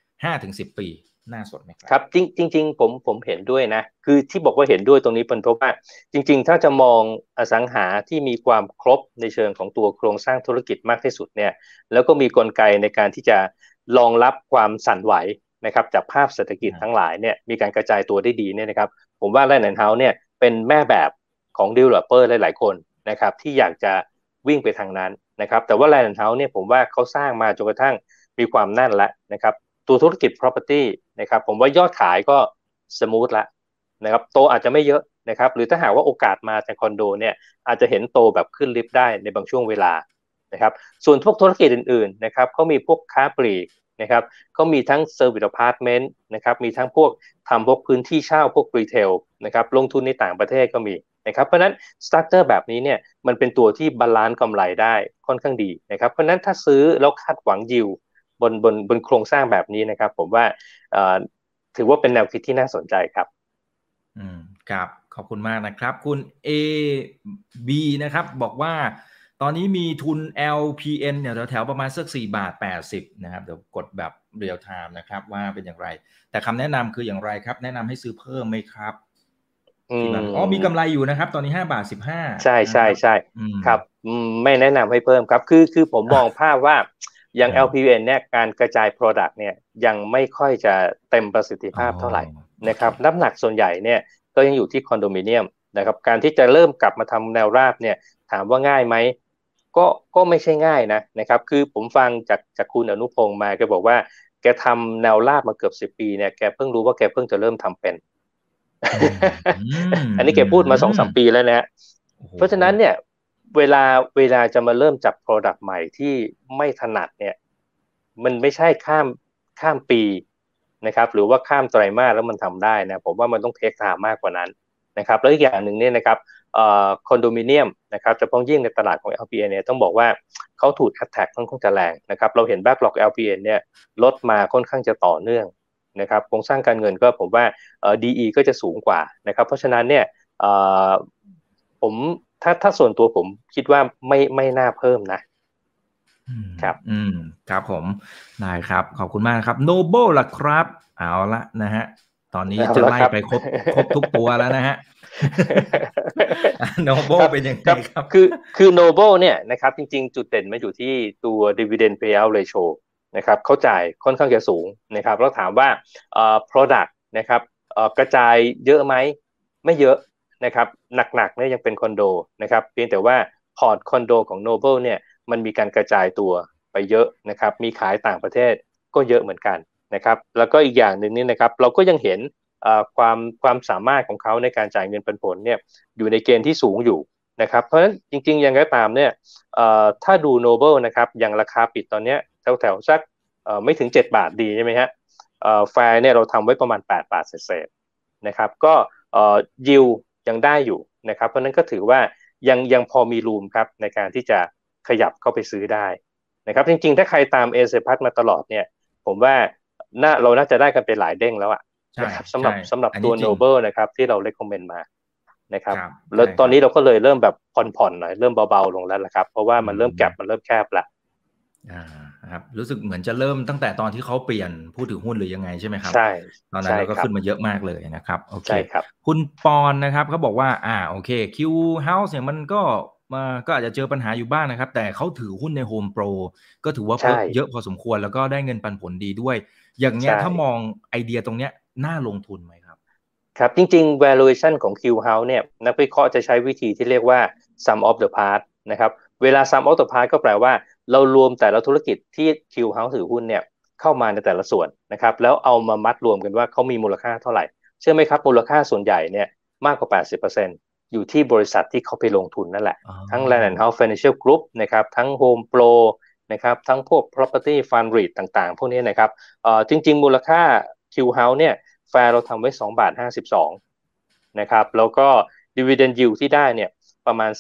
5-10 ปีน่าสนไหมครับครับจริงผมเห็นด้วยนะคือที่บอกว่าเห็นด้วยตรงนี้เป็นเพราะว่าจริงๆถ้าจะมองอสังหาที่มีความครบในเชิงของตัวโครงสร้างธุรกิจมากที่สุดเนี่ยแล้วก็มีกลไกในการที่จะรองรับความสั่นไหวนะครับจากภาพเศรษฐกิจทั้งหลายเนี่ยมีการกระจายตัวได้ดีเนี่ยนะครับผมว่าแลนด์เฮาส์เนี่ยเป็นแม่แบบของ developer หลายๆคนนะครับที่อยากจะวิ่งไปทางนั้นนะครับแต่ว่าแลนด์เฮาส์เนี่ยผมว่าเขาสร้างมาจนกระทั่งมีความแน่นแล้วนะครับ ตัวธุรกิจ property นะครับผมว่ายอดขายก็สมูทละนะครับโตอาจจะไม่เยอะนะครับหรือถ้าหากว่าโอกาสมาจากคอนโดเนี่ยอาจจะเห็นโตแบบขึ้นลิฟต์ได้ในบางช่วงเวลานะครับส่วนพวกธุรกิจอื่นๆนะครับเขามีพวกค้าปลีกนะครับเขามีทั้ง service apartment นะครับมีทั้งพวกทำพวกพื้นที่เช่าพวกรีเทลนะครับลงทุนในต่างประเทศก็มีนะครับเพราะนั้นสตาร์เตอร์แบบนี้เนี่ยมันเป็นตัวที่บาลานซ์กำไรได้ค่อนข้างดีนะครับเพราะนั้นถ้าซื้อแล้วคาดหวังยิวบนโครงสร้างแบบนี้นะครับผมว่าถือว่าเป็นแนวคิดที่น่าสนใจครับครับขอบคุณมากนะครับคุณ AB นะครับบอกว่าตอนนี้มีทุน LPN เนี่ยแถวๆประมาณสัก4.80 บาทนะครับเดี๋ยวกดแบบเรียลไทม์นะครับว่าเป็นอย่างไรแต่คำแนะนำคืออย่างไรครับแนะนำให้ซื้อเพิ่มไหมครับที่บาทมีกำไรอยู่นะครับตอนนี้5.15 บาทใช่ใช่นะครับใช่ครับไม่แนะนำให้เพิ่มครับคือผมมองภาพว่าอย่าง LPN เนี่ยการกระจาย Product เนี่ยยังไม่ค่อยจะเต็มประสิทธิอ๋อภาพเท่าไหร่โอเคนะครับน้ำหนักส่วนใหญ่เนี่ยก็ยังอยู่ที่คอนโดมิเนียมนะครับการที่จะเริ่มกลับมาทำแนวราบเนี่ยถามว่าง่ายไหมก็ไม่ใช่ง่ายนะครับคือผมฟังจากคุณอนุพงศ์มาแกบอกว่าแกทำแนวราบมาเกือบ10 ปีเนี่ยแกเพิ่งรู้ว่าแกเพิ่งจะเริ่มทำเป็นอืมอืมอันนี้อืแกพูดมาสองมสามปีแล้วนะโอ้โหเพราะฉะนั้นเนี่ยเวลาจะมาเริ่มจับ Product ใหม่ที่ไม่ถนัดเนี่ยมันไม่ใช่ข้ามปีนะครับหรือว่าข้ามไตรมาสแล้วมันทำได้นะผมว่ามันต้องเทคไทม์มากกว่านั้นนะครับแล้วอีกอย่างหนึ่งเนี่ยนะครับคอนโดมิเนียมนะครับจะพ้องยิ่งในตลาดของ LPN เนี่ยต้องบอกว่าเขาถูก attack ค่อนข้างจะแรงนะครับเราเห็น backlog LPN เนี่ยลดมาค่อนข้างจะต่อเนื่องนะครับโครงสร้างการเงินก็ผมว่าDE ก็จะสูงกว่านะครับเพราะฉะนั้นเนี่ยผมถ้าส่วนตัวผมคิดว่าไม่น่าเพิ่มนะครับครับผมได้ครับขอบคุณมากครับโนเบิลล่ะครับเอาละนะฮะตอนนี้จะไล่ไปครบทุกตัวแล้วนะฮะ Noble เป็นยังไงครับคือ Noble เนี่ยนะครับจริงๆจุดเด่นมันอยู่ที่ตัว dividend payout ratio นะครับเขาจ่ายค่อนข้างจะสูงนะครับแล้วถามว่าproduct นะครับกระจายเยอะไหมไม่เยอะนะครับหนักๆเนี่ยยังเป็นคอนโดนะครับเพียงแต่ว่าพอร์ตคอนโดของ Noble เนี่ยมันมีการกระจายตัวไปเยอะนะครับมีขายต่างประเทศก็เยอะเหมือนกันนะครับแล้วก็อีกอย่างหนึ่งนี่นะครับเราก็ยังเห็นความสามารถของเขาในการจ่ายเงินปันผลเนี่ยอยู่ในเกณฑ์ที่สูงอยู่นะครับเพราะฉะนั้นจริงๆยังไงก็ตามเนี่ยถ้าดู Noble นะครับอย่างราคาปิดตอนนี้แถวๆสักไม่ถึง7 บาทดีใช่ไหมฮะแฟร์เนี่ยเราทำไว้ประมาณ8 บาทเศษๆนะครับก็ยิวยังได้อยู่นะครับเพราะนั้นก็ถือว่ายังพอมีรูมครับในการที่จะขยับเข้าไปซื้อได้นะครับจริงๆถ้าใครตามเอเซพัทมาตลอดเนี่ยผมว่าเราน่าจะได้กันไปหลายเด้งแล้วอะนะครับสำหรับตัว Noble นะครับที่เราเลคคอมเมนต์มานะครับแล้วตอนนี้เราก็เลยเริ่มแบบผ่อนหน่อยเริ่มเบาๆลงแล้วละครับเพราะว่ามันเริ่มแก็บมันเริ่มแคบละครับรู้สึกเหมือนจะเริ่มตั้งแต่ตอนที่เขาเปลี่ยนผู้ถือหุ้นหรือยังไงใช่ไหมครับใช่ตอนนั้นเราก็ขึ้นมาเยอะมากเลยนะครับโอเคครับคุณปอนนะครับเขาบอกว่าโอเค Q House เนี่ยมันก็อาจจะเจอปัญหาอยู่บ้างนะครับแต่เขาถือหุ้นใน Home Pro ก็ถือว่าเยอะพอสมควรแล้วก็ได้เงินปันผลดีด้วยอย่างเงี้ยถ้ามองไอเดียตรงเนี้ยน่าลงทุนไหมครับครับจริงๆ valuation ของ Q House เนี่ยนักวิเคราะห์จะใช้วิธีที่เรียกว่า sum of the parts นะครับเวลา sum of the parts ก็แปลว่าเรารวมแต่ละธุรกิจที่ Q House ถือหุ้นเนี่ยเข้ามาในแต่ละส่วนนะครับแล้วเอามามัดรวมกันว่าเขามีมูลค่าเท่าไหร่เชื่อไหมครับมูลค่าส่วนใหญ่เนี่ยมากกว่า 80%อยู่ที่บริษัทที่เขาไปลงทุนนั่นแหละทั้ง Land and House Financial Group นะครับทั้ง Home Pro นะครับทั้งพวก property fund REIT ต่างๆพวกนี้นะครับจริงๆมูลค่า Q House เนี่ยแฟร์เราทำไว้2.52 บาทนะครับแล้วก็ dividend yield ที่ได้เนี่ยประมาณ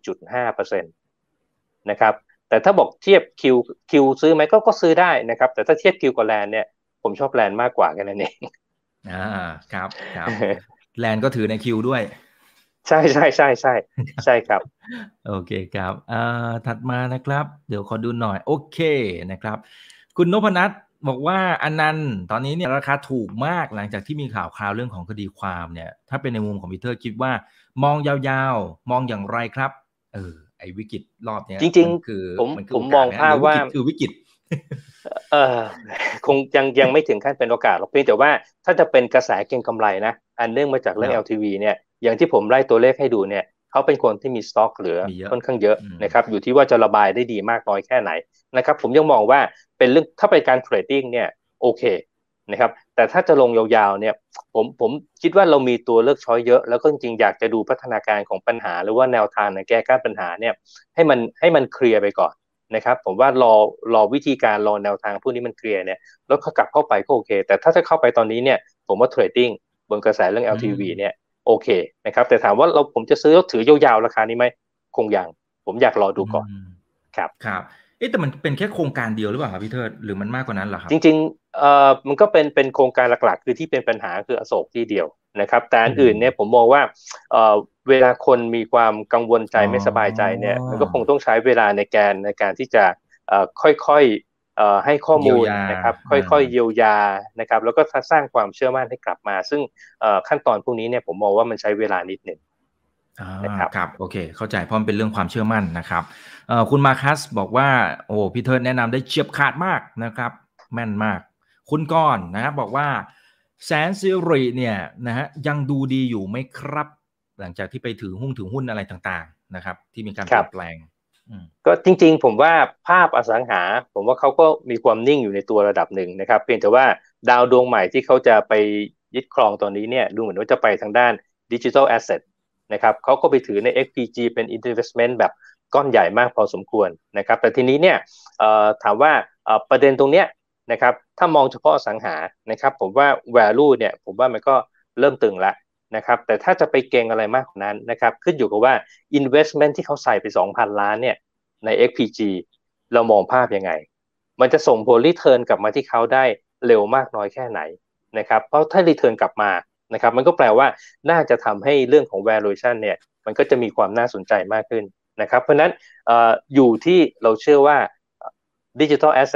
4.5% นะครับแต่ถ้าบอกเทียบ Q ซื้อไหมก็ซื้อได้นะครับแต่ถ้าเทียบ Q กับแลนเนี่ยผมชอบแลนมากกว่ากันนั่นเองครับแลนก็ถือในคิวด้วยใช่ครับโอเคครับถัดมานะครับเดี๋ยวขอดูหน่อยโอเคนะครับคุณนพนัทบอกว่าอนันต์ตอนนี้เนี่ยราคาถูกมากหลังจากที่มีข่าวเรื่องของคดีความเนี่ยถ้าเป็นในมุมของพีเตอร์คิดว่ามองยาวๆมองอย่างไรครับไอ้วิกฤตรอบนี้จริงๆผมมองภาพว่าคือวิกฤตคงยังไม่ถึงขั้นเป็นโอกาสหรอกเพียงแต่ว่าถ้าจะเป็นกระแสเก็งกำไรนะอันเนื่องมาจากเรื่อง LTV เนี่ยอย่างที่ผมไล่ตัวเลขให้ดูเนี่ยเขาเป็นคนที่มีสต็อกเหลือค่อนข้างเยอะนะครับอยู่ที่ว่าจะระบายได้ดีมากน้อยแค่ไหนนะครับผมยังมองว่าเป็นเรื่องถ้าเป็นการเทรดดิ้งเนี่ยโอเคนะครับแต่ถ้าจะลงยาวๆเนี่ยผมคิดว่าเรามีตัวเลือกช้อยเยอะแล้วก็จริงๆอยากจะดูพัฒนาการของปัญหาหรือว่าแนวทางในแก้ปัญหาเนี่ยให้มันเคลียร์ไปก่อนนะครับผมว่ารอวิธีการรอแนวทางพวกนี้มันเคลียร์เนี่ยแล้วกลับเข้าไปก็โอเคแต่ถ้าจะเข้าไปตอนนี้เนี่ยผมว่าเทรดดิ้งบนกระแสเรื่อง LTV เนี่ยโอเคนะครับแต่ถามว่าผมจะซื้อแล้วถือยาวๆราคานี้ไหมคงยังผมอยากรอดูก่อนครับแต่มันเป็นแค่โครงการเดียวหรือเปล่าครับพี่เทิดหรือมันมากกว่านั้นเหรอครับจริงๆมันก็เป็นโครงการหลักๆคือที่เป็นปัญหาคืออโศกที่เดียวนะครับแต่อันอื่นเนี่ยผมมองว่าเวลาคนมีความกังวลใจไม่สบายใจเนี่ยมันก็คงต้องใช้เวลาในการที่จะค่อยๆให้ข้อมูลนะครับค่อยๆเยียวยานะครับแล้วก็สร้างความเชื่อมั่นให้กลับมาซึ่งขั้นตอนพวกนี้เนี่ยผมมองว่ามันใช้เวลานิดหนึ่งครับโอเคเข้าใจเพราะมันเป็นเรื่องความเชื่อมั่นนะครับคุณมาคัสบอกว่าโอ้พี่เทิร์นแนะนำได้เฉียบขาดมากนะครับแม่นมากคุณก้อนนะครับบอกว่าแสนสิริเนี่ยนะฮะยังดูดีอยู่ไหมครับหลังจากที่ไปถือหุ้นอะไรต่างๆนะครับที่มีการเปลี่ยนแปลงก็จริงๆผมว่าภาพอสังหาผมว่าเขาก็มีความนิ่งอยู่ในตัวระดับหนึ่งนะครับเพียงแต่ว่าดาวดวงใหม่ที่เขาจะไปยึดครองตอนนี้เนี่ยดูเหมือนว่าจะไปทางด้านดิจิทัลแอสเซทนะครับเขาก็ไปถือใน XPG เป็น investment แบบก้อนใหญ่มากพอสมควรนะครับแต่ทีนี้เนี่ยถามว่าประเด็นตรงเนี้ยนะครับถ้ามองเฉพาะอสังหานะครับผมว่า value เนี่ยผมว่ามันก็เริ่มตึงละนะครับแต่ถ้าจะไปเก็งอะไรมากกว่านั้นนะครับขึ้นอยู่กับว่า investment ที่เขาใส่ไป 2,000 ล้านเนี่ยใน XPG เรามองภาพยังไงมันจะส่งผลรีเทิร์นกลับมาที่เขาได้เร็วมากน้อยแค่ไหนนะครับเพราะถ้ารีเทิร์นกลับมานะครับมันก็แปลว่าน่าจะทำให้เรื่องของ valuation เนี่ยมันก็จะมีความน่าสนใจมากขึ้นนะครับเพราะนั้นอยู่ที่เราเชื่อว่า digital asset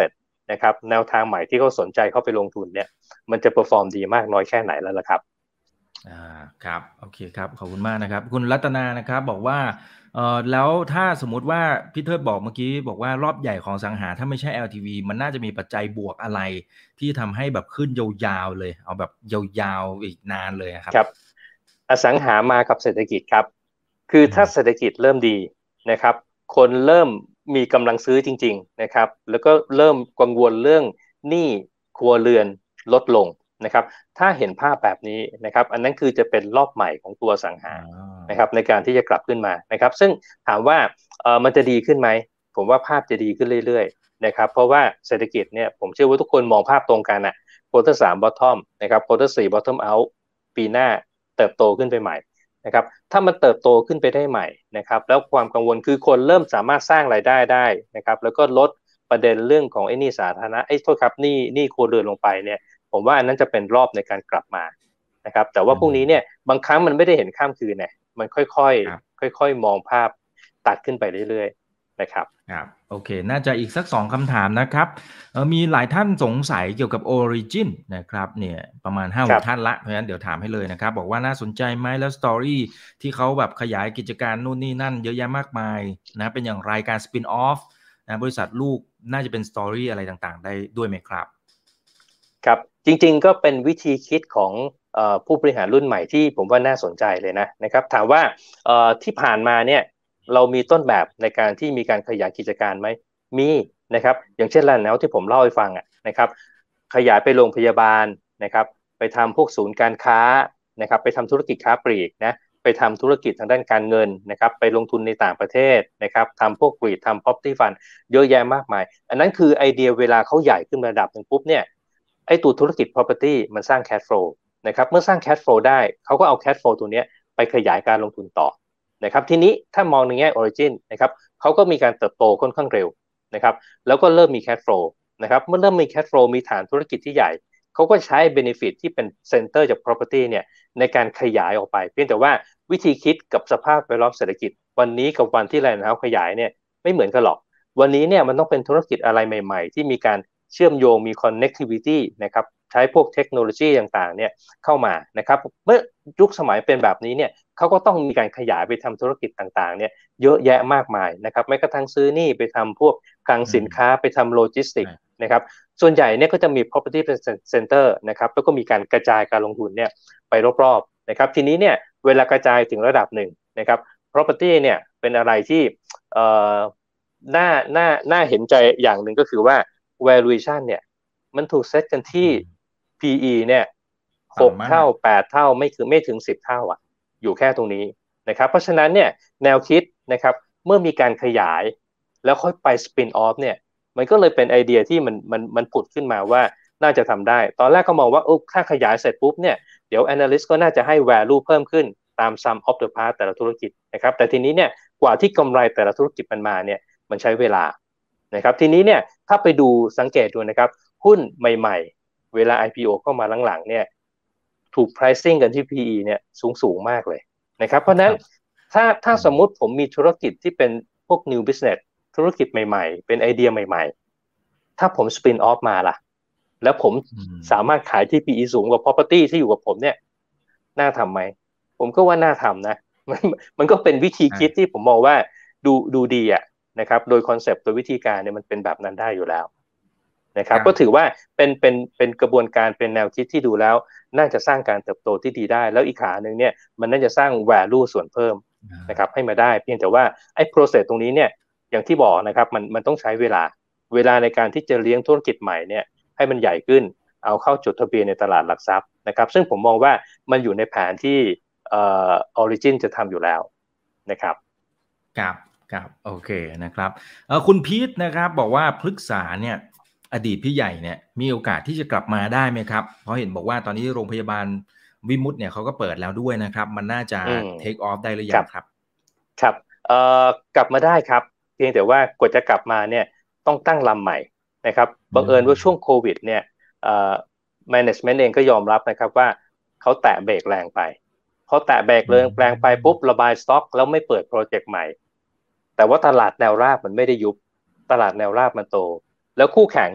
นะครับแนวทางใหม่ที่เขาสนใจเข้าไปลงทุนเนี่ยมันจะเปอร์ฟอร์มดีมากน้อยแค่ไหนแล้วล่ะครับครับโอเคครับขอบคุณมากนะครับคุณรัตนานะครับบอกว่าแล้วถ้าสมมุติว่าพี่เทิดบอกเมื่อกี้บอกว่ารอบใหญ่ของสังหาถ้าไม่ใช่ LTV มันน่าจะมีปัจจัยบวกอะไรที่ทำให้แบบขึ้นยาวๆเลยเอาแบบยาวๆอีกนานเลยครับครับอสังหามากับเศรษฐกิจครับคือถ้าเศรษฐกิจเริ่มดีนะครับคนเริ่มมีกำลังซื้อจริงๆนะครับแล้วก็เริ่มกังวลเรื่องหนี้ครัวเรือนลดลงนะครับถ้าเห็นภาพแบบนี้นะครับอันนั้นคือจะเป็นรอบใหม่ของตัวสังหานะครับในการที่จะกลับขึ้นมานะครับซึ่งถามว่ามันจะดีขึ้นไหมผมว่าภาพจะดีขึ้นเรื่อยๆนะครับเพราะว่าเศรษฐกิจเนี่ยผมเชื่อว่าทุกคนมองภาพตรงกันอะควอเตอร์3 bottom นะครับควอเตอร์4 bottom out ปีหน้าเติบโตขึ้นไปใหม่นะครับถ้ามันเติบโตขึ้นไปได้ใหม่นะครับแล้วความกังวลคือคนเริ่มสามารถสร้างรายได้ได้นะครับแล้วก็ลดประเด็นเรื่องของไอ้หนี้สาธารณะโทษครับหนี้ครัวเรือนลงไปเนี่ยผมว่าอันนั้นจะเป็นรอบในการกลับมานะครับแต่ว่าพวกนี้เนี่ยบางครั้งมันไม่ได้เห็นข้ามคืนเนี่ยมันค่อยๆค่อยๆมองภาพตัดขึ้นไปเรื่อยๆนะครับครับโอเคน่าจะอีกสัก2คำถามนะครับมีหลายท่านสงสัยเกี่ยวกับ Origin นะครับเนี่ยประมาณ 5-6 ท่านละเพราะฉะนั้นเดี๋ยวถามให้เลยนะครับบอกว่าน่าสนใจไหมแล้วสตอรี่ที่เขาแบบขยายกิจการนู่นนี่นั่นเยอะแยะมากมายนะเป็นอย่างไรการสปินออฟนะบริษัทลูกน่าจะเป็นสตอรี่อะไรต่างๆได้ด้วยไหมครับครับจริงๆก็เป็นวิธีคิดของผู้บริหารรุ่นใหม่ที่ผมว่าน่าสนใจเลยนะครับถามว่าที่ผ่านมาเนี่ยเรามีต้นแบบในการที่มีการขยายกิจการไหมมีนะครับอย่างเช่นร้านแนวที่ผมเล่าให้ฟังนะครับขยายไปโรงพยาบาลนะครับไปทำพวกศูนย์การค้านะครับไปทำธุรกิจค้าปลีกนะไปทำธุรกิจทางด้านการเงินนะครับไปลงทุนในต่างประเทศนะครับทำพวกกรีดทำ property fund เยอะแยะมากมายอันนั้นคือไอเดียเวลาเขาใหญ่ขึ้นระดับหนึ่งปุ๊บเนี่ย ไอ้ตัวธุรกิจ property มันสร้าง cash flow นะครับเมื่อสร้าง cash flow ได้เขาก็เอา cash flow ตัวนี้ไปขยายการลงทุนต่อนะครับทีนี้ถ้ามองในแง่ origin นะครับเขาก็มีการเติบโตค่อนข้างเร็วนะครับแล้วก็เริ่มมี cash flow นะครับเมื่อเริ่มมี cash flow มีฐานธุรกิจที่ใหญ่เขาก็ใช้ benefit ที่เป็น center จาก property เนี่ยในการขยายออกไปเพียงแต่ว่าวิธีคิดกับสภาพแวดล้อมเศรษฐกิจวันนี้กับวันที่แลนด์เฮาส์ขยายเนี่ยไม่เหมือนกันหรอกวันนี้เนี่ยมันต้องเป็นธุรกิจอะไรใหม่ๆที่มีการเชื่อมโยงมี connectivity นะครับใช้พวกเทคโนโลยีต่างๆเนี่ยเข้ามานะครับเมื่อยุคสมัยเป็นแบบนี้เนี่ยเขาก็ต้องมีการขยายไปทำธุรกิจต่างๆเนี่ยเยอะแยะมากมายนะครับแม้กระทั่งซื้อนี่ไปทำพวกคลังสินค้าไปทำโลจิสติกนะครับส่วนใหญ่เนี่ยก็จะมี property center นะครับแล้วก็มีการกระจายการลงทุนเนี่ยไปรอบๆนะครับทีนี้เนี่ยเวลากระจายถึงระดับหนึ่งนะครับ property เนี่ยเป็นอะไรที่เอ่อน่าเห็นใจอย่างหนึ่งก็คือว่า valuation เนี่ยมันถูกเซตกันที่ PE เนี่ย6 เท่า8 เท่าไม่ถึง10 เท่าอยู่แค่ตรงนี้นะครับเพราะฉะนั้นเนี่ยแนวคิดนะครับเมื่อมีการขยายแล้วค่อยไป spin off เนี่ยมันก็เลยเป็นไอเดียที่มันผุดขึ้นมาว่าน่าจะทำได้ตอนแรกก็มองว่าถ้าขยายเสร็จปุ๊บเนี่ยเดี๋ยว analyst ก็น่าจะให้ value เพิ่มขึ้นตาม sum of the part แต่ละธุรกิจนะครับแต่ทีนี้เนี่ยกว่าที่กำไรแต่ละธุรกิจมันมาเนี่ยมันใช้เวลานะครับทีนี้เนี่ยถ้าไปดูสังเกตดูนะครับหุ้นใหม่ๆเวลา IPO เข้ามาหลังๆเนี่ยถูก pricing กันที่ PE เนี่ยสูงมากเลยนะครับเพราะนั้นถ้าสมมุติผมมีธุรกิจที่เป็นพวก new business ธุรกิจใหม่ๆเป็นไอเดียใหม่ๆถ้าผม spin off มาล่ะแล้วผมสามารถขายที่ PE สูงกว่า property ที่อยู่กับผมเนี่ยน่าทำไหมผมก็ว่าน่าทำนะมันก็เป็นวิธีคิดที่ผมมองว่าดูดีนะครับโดยคอนเซปต์โดยวิธีการเนี่ยมันเป็นแบบนั้นได้อยู่แล้วนะครับก็ถือว่าเป็นกระบวนการเป็นแนวคิดที่ดูแล้วน่าจะสร้างการเติบโตที่ดีได้แล้วอีกขาหนึ่งเนี่ยมันน่าจะสร้าง value ส่วนเพิ่มนะครับให้มาได้เพียงแต่ว่าไอ้ process ตรงนี้เนี่ยอย่างที่บอกนะครับมันต้องใช้เวลาในการที่จะเลี้ยงธุรกิจใหม่เนี่ยให้มันใหญ่ขึ้นเอาเข้าจดทะเบียนในตลาดหลักทรัพย์นะครับซึ่งผมมองว่ามันอยู่ในแผนที่Origin จะทำอยู่แล้วนะครับครับโอเคนะครับคุณพีทนะครับบอกว่าพฤกษาเนี่ยอดีตพี่ใหญ่เนี่ยมีโอกาสที่จะกลับมาได้ไหมครับเพราะเห็นบอกว่าตอนนี้โรงพยาบาลวิมุตเนี่ยเขาก็เปิดแล้วด้วยนะครับมันน่าจะ take off ได้หรือยังครับครับกลับมาได้ครับเพียงแต่ว่ากว่าจะกลับมาเนี่ยต้องตั้งลำใหม่นะครับบังเอิญว่าช่วงโควิดเนี่ยmanagement เองก็ยอมรับนะครับว่าเขาแตะเบรกแรงไปพอแตะเบรกแรงไปปุ๊บระบายสต็อกแล้วไม่เปิดโปรเจกต์ใหม่แต่ว่าตลาดแนวราบมันไม่ได้ยุบตลาดแนวราบมันโตแล้วคู่แข่งเนี่ย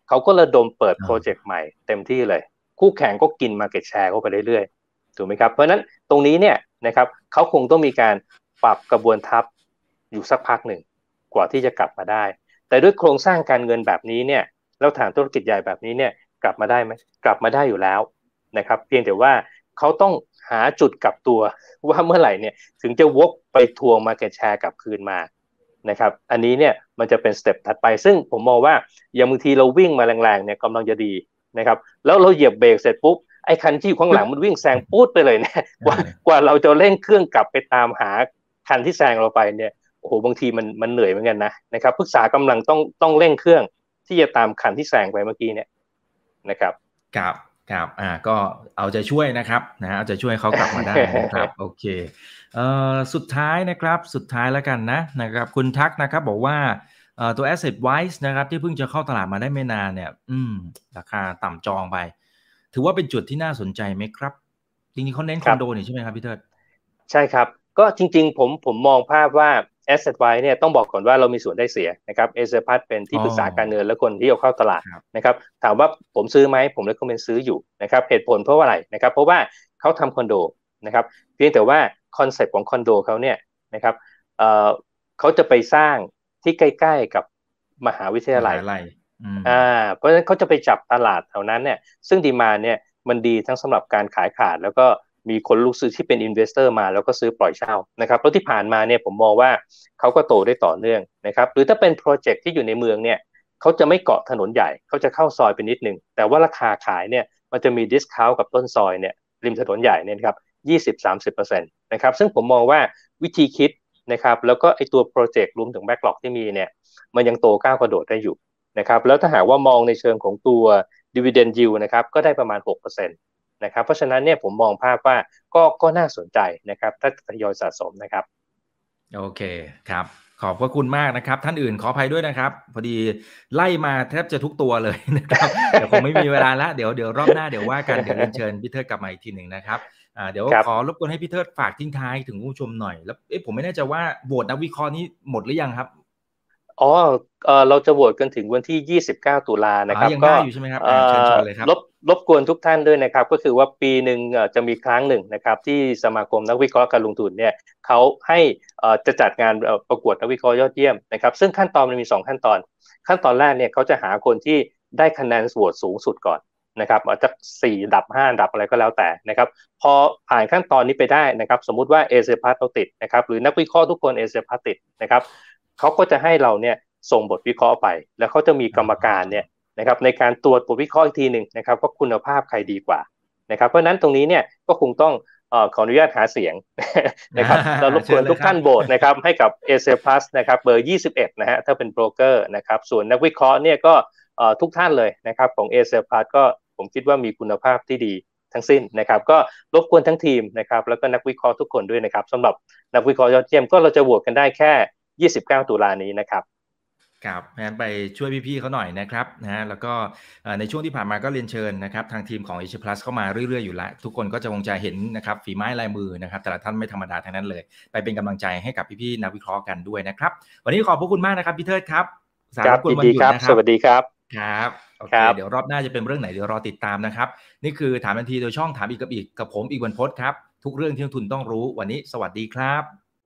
เขาก็ระดมเปิดโปรเจกต์ใหม่เต็มที่เลยคู่แข่งก็กิน market share เข้าไปเรื่อยๆถูกไหมครับเพราะฉะนั้นตรงนี้เนี่ยนะครับเขาคงต้องมีการปรับกระบวนทัพอยู่สักพักหนึ่งกว่าที่จะกลับมาได้แต่ด้วยโครงสร้างการเงินแบบนี้เนี่ยแล้วฐานธุรกิจใหญ่แบบนี้เนี่ยกลับมาได้ไหมกลับมาได้อยู่แล้วนะครับเพียงแต่ว่าเขาต้องหาจุดกลับตัวว่าเมื่อไหร่เนี่ยถึงจะวกไปทวง market share กลับคืนมานะครับอันนี้เนี่ยมันจะเป็นสเต็ปถัดไปซึ่งผมมองว่าอย่างบางทีเราวิ่งมาแรงๆเนี่ยกำลังจะดีนะครับแล้วเราเหยียบเบรกเสร็จปุ๊บไอ้คันที่อยู่ข้างหลังมันวิ่งแซงปู๊ดไปเลยเนี่ยกว่าเราจะเร่งเครื่องกลับไปตามหาคันที่แซงเราไปเนี่ยโอ้โหบางทีมันเหนื่อยเหมือนกันนะครับปรึกษากำลังต้องเร่งเครื่องที่จะตามคันที่แซงไปเมื่อกี้เนี่ยนะครับครับก็เอาใจช่วยนะครับเอาใจช่วยเขากลับมาได้นะครับโอเคสุดท้ายนะครับสุดท้ายแล้วกันนะครับคุณทักนะครับบอกว่าตัว Asset Wise นะครับที่เพิ่งจะเข้าตลาดมาได้ไม่นานเนี่ยราคาต่ำจองไปถือว่าเป็นจุดที่น่าสนใจไหมครับจริงๆเขาเน้นคอนโดนี่ใช่ไหมครับพี่เทิดใช่ครับก็จริงๆผมมองภาพว่า Asset Wise เนี่ยต้องบอกก่อนว่าเรามีส่วนได้เสียนะครับเอเชียพัฒน์เป็นที่ปรึกษาการเงินและคนที่เอาเข้าตลาดนะครับถามว่าผมซื้อไหมผมเลยคอมเมนต์ซื้ออยู่นะครับเหตุผลเพราะว่าอะไรนะครับเพราะว่าเขาทำคอนโดนะครับเพียงแต่ว่าคอนเซ็ปต์ของคอนโดเขาเนี่ยนะครับเขาจะไปสร้างที่ใกล้ๆกับมหาวิทยาลัยเพราะฉะนั้นเขาจะไปจับตลาดแถวนั้นเนี่ยซึ่งดีมานด์เนี่ยมันดีทั้งสำหรับการขายขาดแล้วก็มีคนลูกซื้อที่เป็นอินเวสเตอร์มาแล้วก็ซื้อปล่อยเช่านะครับแล้วที่ผ่านมาเนี่ยผมมองว่าเขาก็โตได้ต่อเนื่องนะครับหรือถ้าเป็นโปรเจกต์ที่อยู่ในเมืองเนี่ยเขาจะไม่เกาะถนนใหญ่เขาจะเข้าซอยไปนิดนึงแต่ว่าราคาขายเนี่ยมันจะมีดิสคาวต์กับต้นซอยเนี่ยริมถนนใหญ่เนี่ยครับ20-30% นะครับซึ่งผมมองว่าวิธีคิดนะครับแล้วก็ไอตัวโปรเจกต์รวมถึงแบ็กหลอกที่มีเนี่ยมันยังโตก้าวกระโดดได้อยู่นะครับแล้วถ้าหากว่ามองในเชิงของตัว dividend yield นะครับก็ได้ประมาณ 6%นะครับเพราะฉะนั้นเนี่ยผมมองภาพว่าก็น่าสนใจนะครับถ้าทยอยสะสมนะครับโอเคครับขอบพระคุณมากนะครับท่านอื่นขออภัยด้วยนะครับพอดีไล่มาแทบจะทุกตัวเลยนะครับเดี๋ยวคงไม่มีเวลาละเดี๋ยวรอบหน้าเดี๋ยวว่ากันเดี๋ยวเชิญพี่เทิดกลับมาอีกทีหนึ่งนะครับเดี๋ยวขอรบกวนให้พี่เทิดฝากทิ้งท้ายถึงผู้ชมหน่อยแล้วผมไม่แน่ใจว่าโหวตนักวิเคราะห์นี้หมดหรือยังครับเราจะโหวตกันถึงวันที่29ตุลานะครับยังได้อยู่ใช่ไหมครับเชิญชวนเลยครับรบกวนทุกท่านด้วยนะครับก็คือว่าปีหนึ่งจะมีครั้งหนึ่งนะครับที่สมาคมนักวิเคราะห์การลงทุนเนี่ยเขาให้จะจัดงานประกวดนักวิเคราะห์ยอดเยี่ยมนะครับซึ่งขั้นตอนมันมี2ขั้นตอนแรกเนี่ยเขาจะหาคนที่ได้คะแนนโหวตสูงสุดก่อนนะครับอาจจะ4อันดับ5อันดับอะไรก็แล้วแต่นะครับพอผ่านขั้นตอนนี้ไปได้นะครับสมมุติว่าเอเชียพัฒน์เราติดนะครับหรือนักวิเคราะห์ทุกคนเอเชียพัฒน์ติดนะครับเขาก็จะให้เราเนี่ยส่งบทวิเคราะห์ไปแล้วเขาจะมีกรรมการเนี่ยนะครับในการตรวจบทวิเคราะห์อีกทีหนึ่งนะครับว่าคุณภาพใครดีกว่านะครับเพราะนั้นตรงนี้เนี่ยก็คงต้องขออนุญาตหาเสียงนะครับเรารบกวนทุกท่านโหวตนะครับให้กับ Asia Plus นะครับเบอร์21นะฮะถ้าเป็นโบรกเกอร์นะครับส่วนนักวิเคราะห์เนี่ยก็ทุกท่านเลยนะครับของ Asia Plus ก็ผมคิดว่ามีคุณภาพที่ดีทั้งสิ้นนะครับก็รบกวนทั้งทีมนะครับแล้วก็นักวิเคราะห์ทุกคนด้วยนะครับสำหรับนักวิเคราะห์ยอดเยี่ยมก็เราจะโหวตกันได้แค่29ตุลานี้นะครับครับงั้นไปช่วยพี่ๆเขาหน่อยนะครับแล้วก็ในช่วงที่ผ่านมาก็เรียนเชิญนะครับทางทีมของ Asia Plus เข้ามาเรื่อยๆอยู่แล้วทุกคนก็จะคงจะเห็นนะครับฝีไม้ลายมือนะครับแต่ละท่านไม่ธรรมดาทั้งนั้นเลยไปเป็นกำลังใจให้กับพี่ๆนักวิเคราะห์กันด้วยนะครับวันนี้ขอบพระคุณมากนะครับพี่เทิดครับครับยินดีครับสวัสดีครับครับโอเคเดี๋ยวรอบหน้าจะเป็นเรื่องไหนเดี๋ยวรอติดตามนะครับนี่คือถามทันทีโดยช่องถามอีกกับผมอีกบรรพตครับทุกเรื่องที่นักทุนต้องรู้วันนี้สวัสดีครับ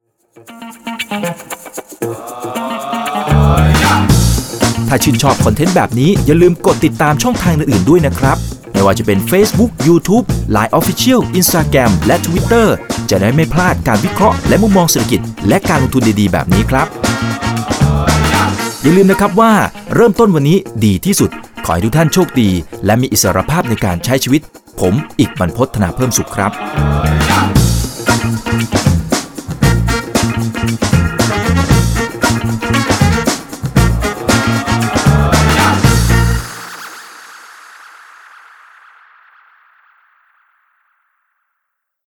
ถ้าชื่นชอบคอนเทนต์แบบนี้อย่าลืมกดติดตามช่องทางอื่นๆด้วยนะครับไม่ว่าจะเป็น Facebook, YouTube, Line Official, Instagram และ Twitter จะได้ไม่พลาดการวิเคราะห์และมุมมองเศรษฐกิจและการลงทุนดีๆแบบนี้ครับอย่าลืมนะครับว่าเริ่มต้นวันนี้ดีที่สุดขอให้ทุกท่านโชคดีและมีอิสรภาพในการใช้ชีวิตผมอีกบรรพต ธนาเพิ่มสุขครับ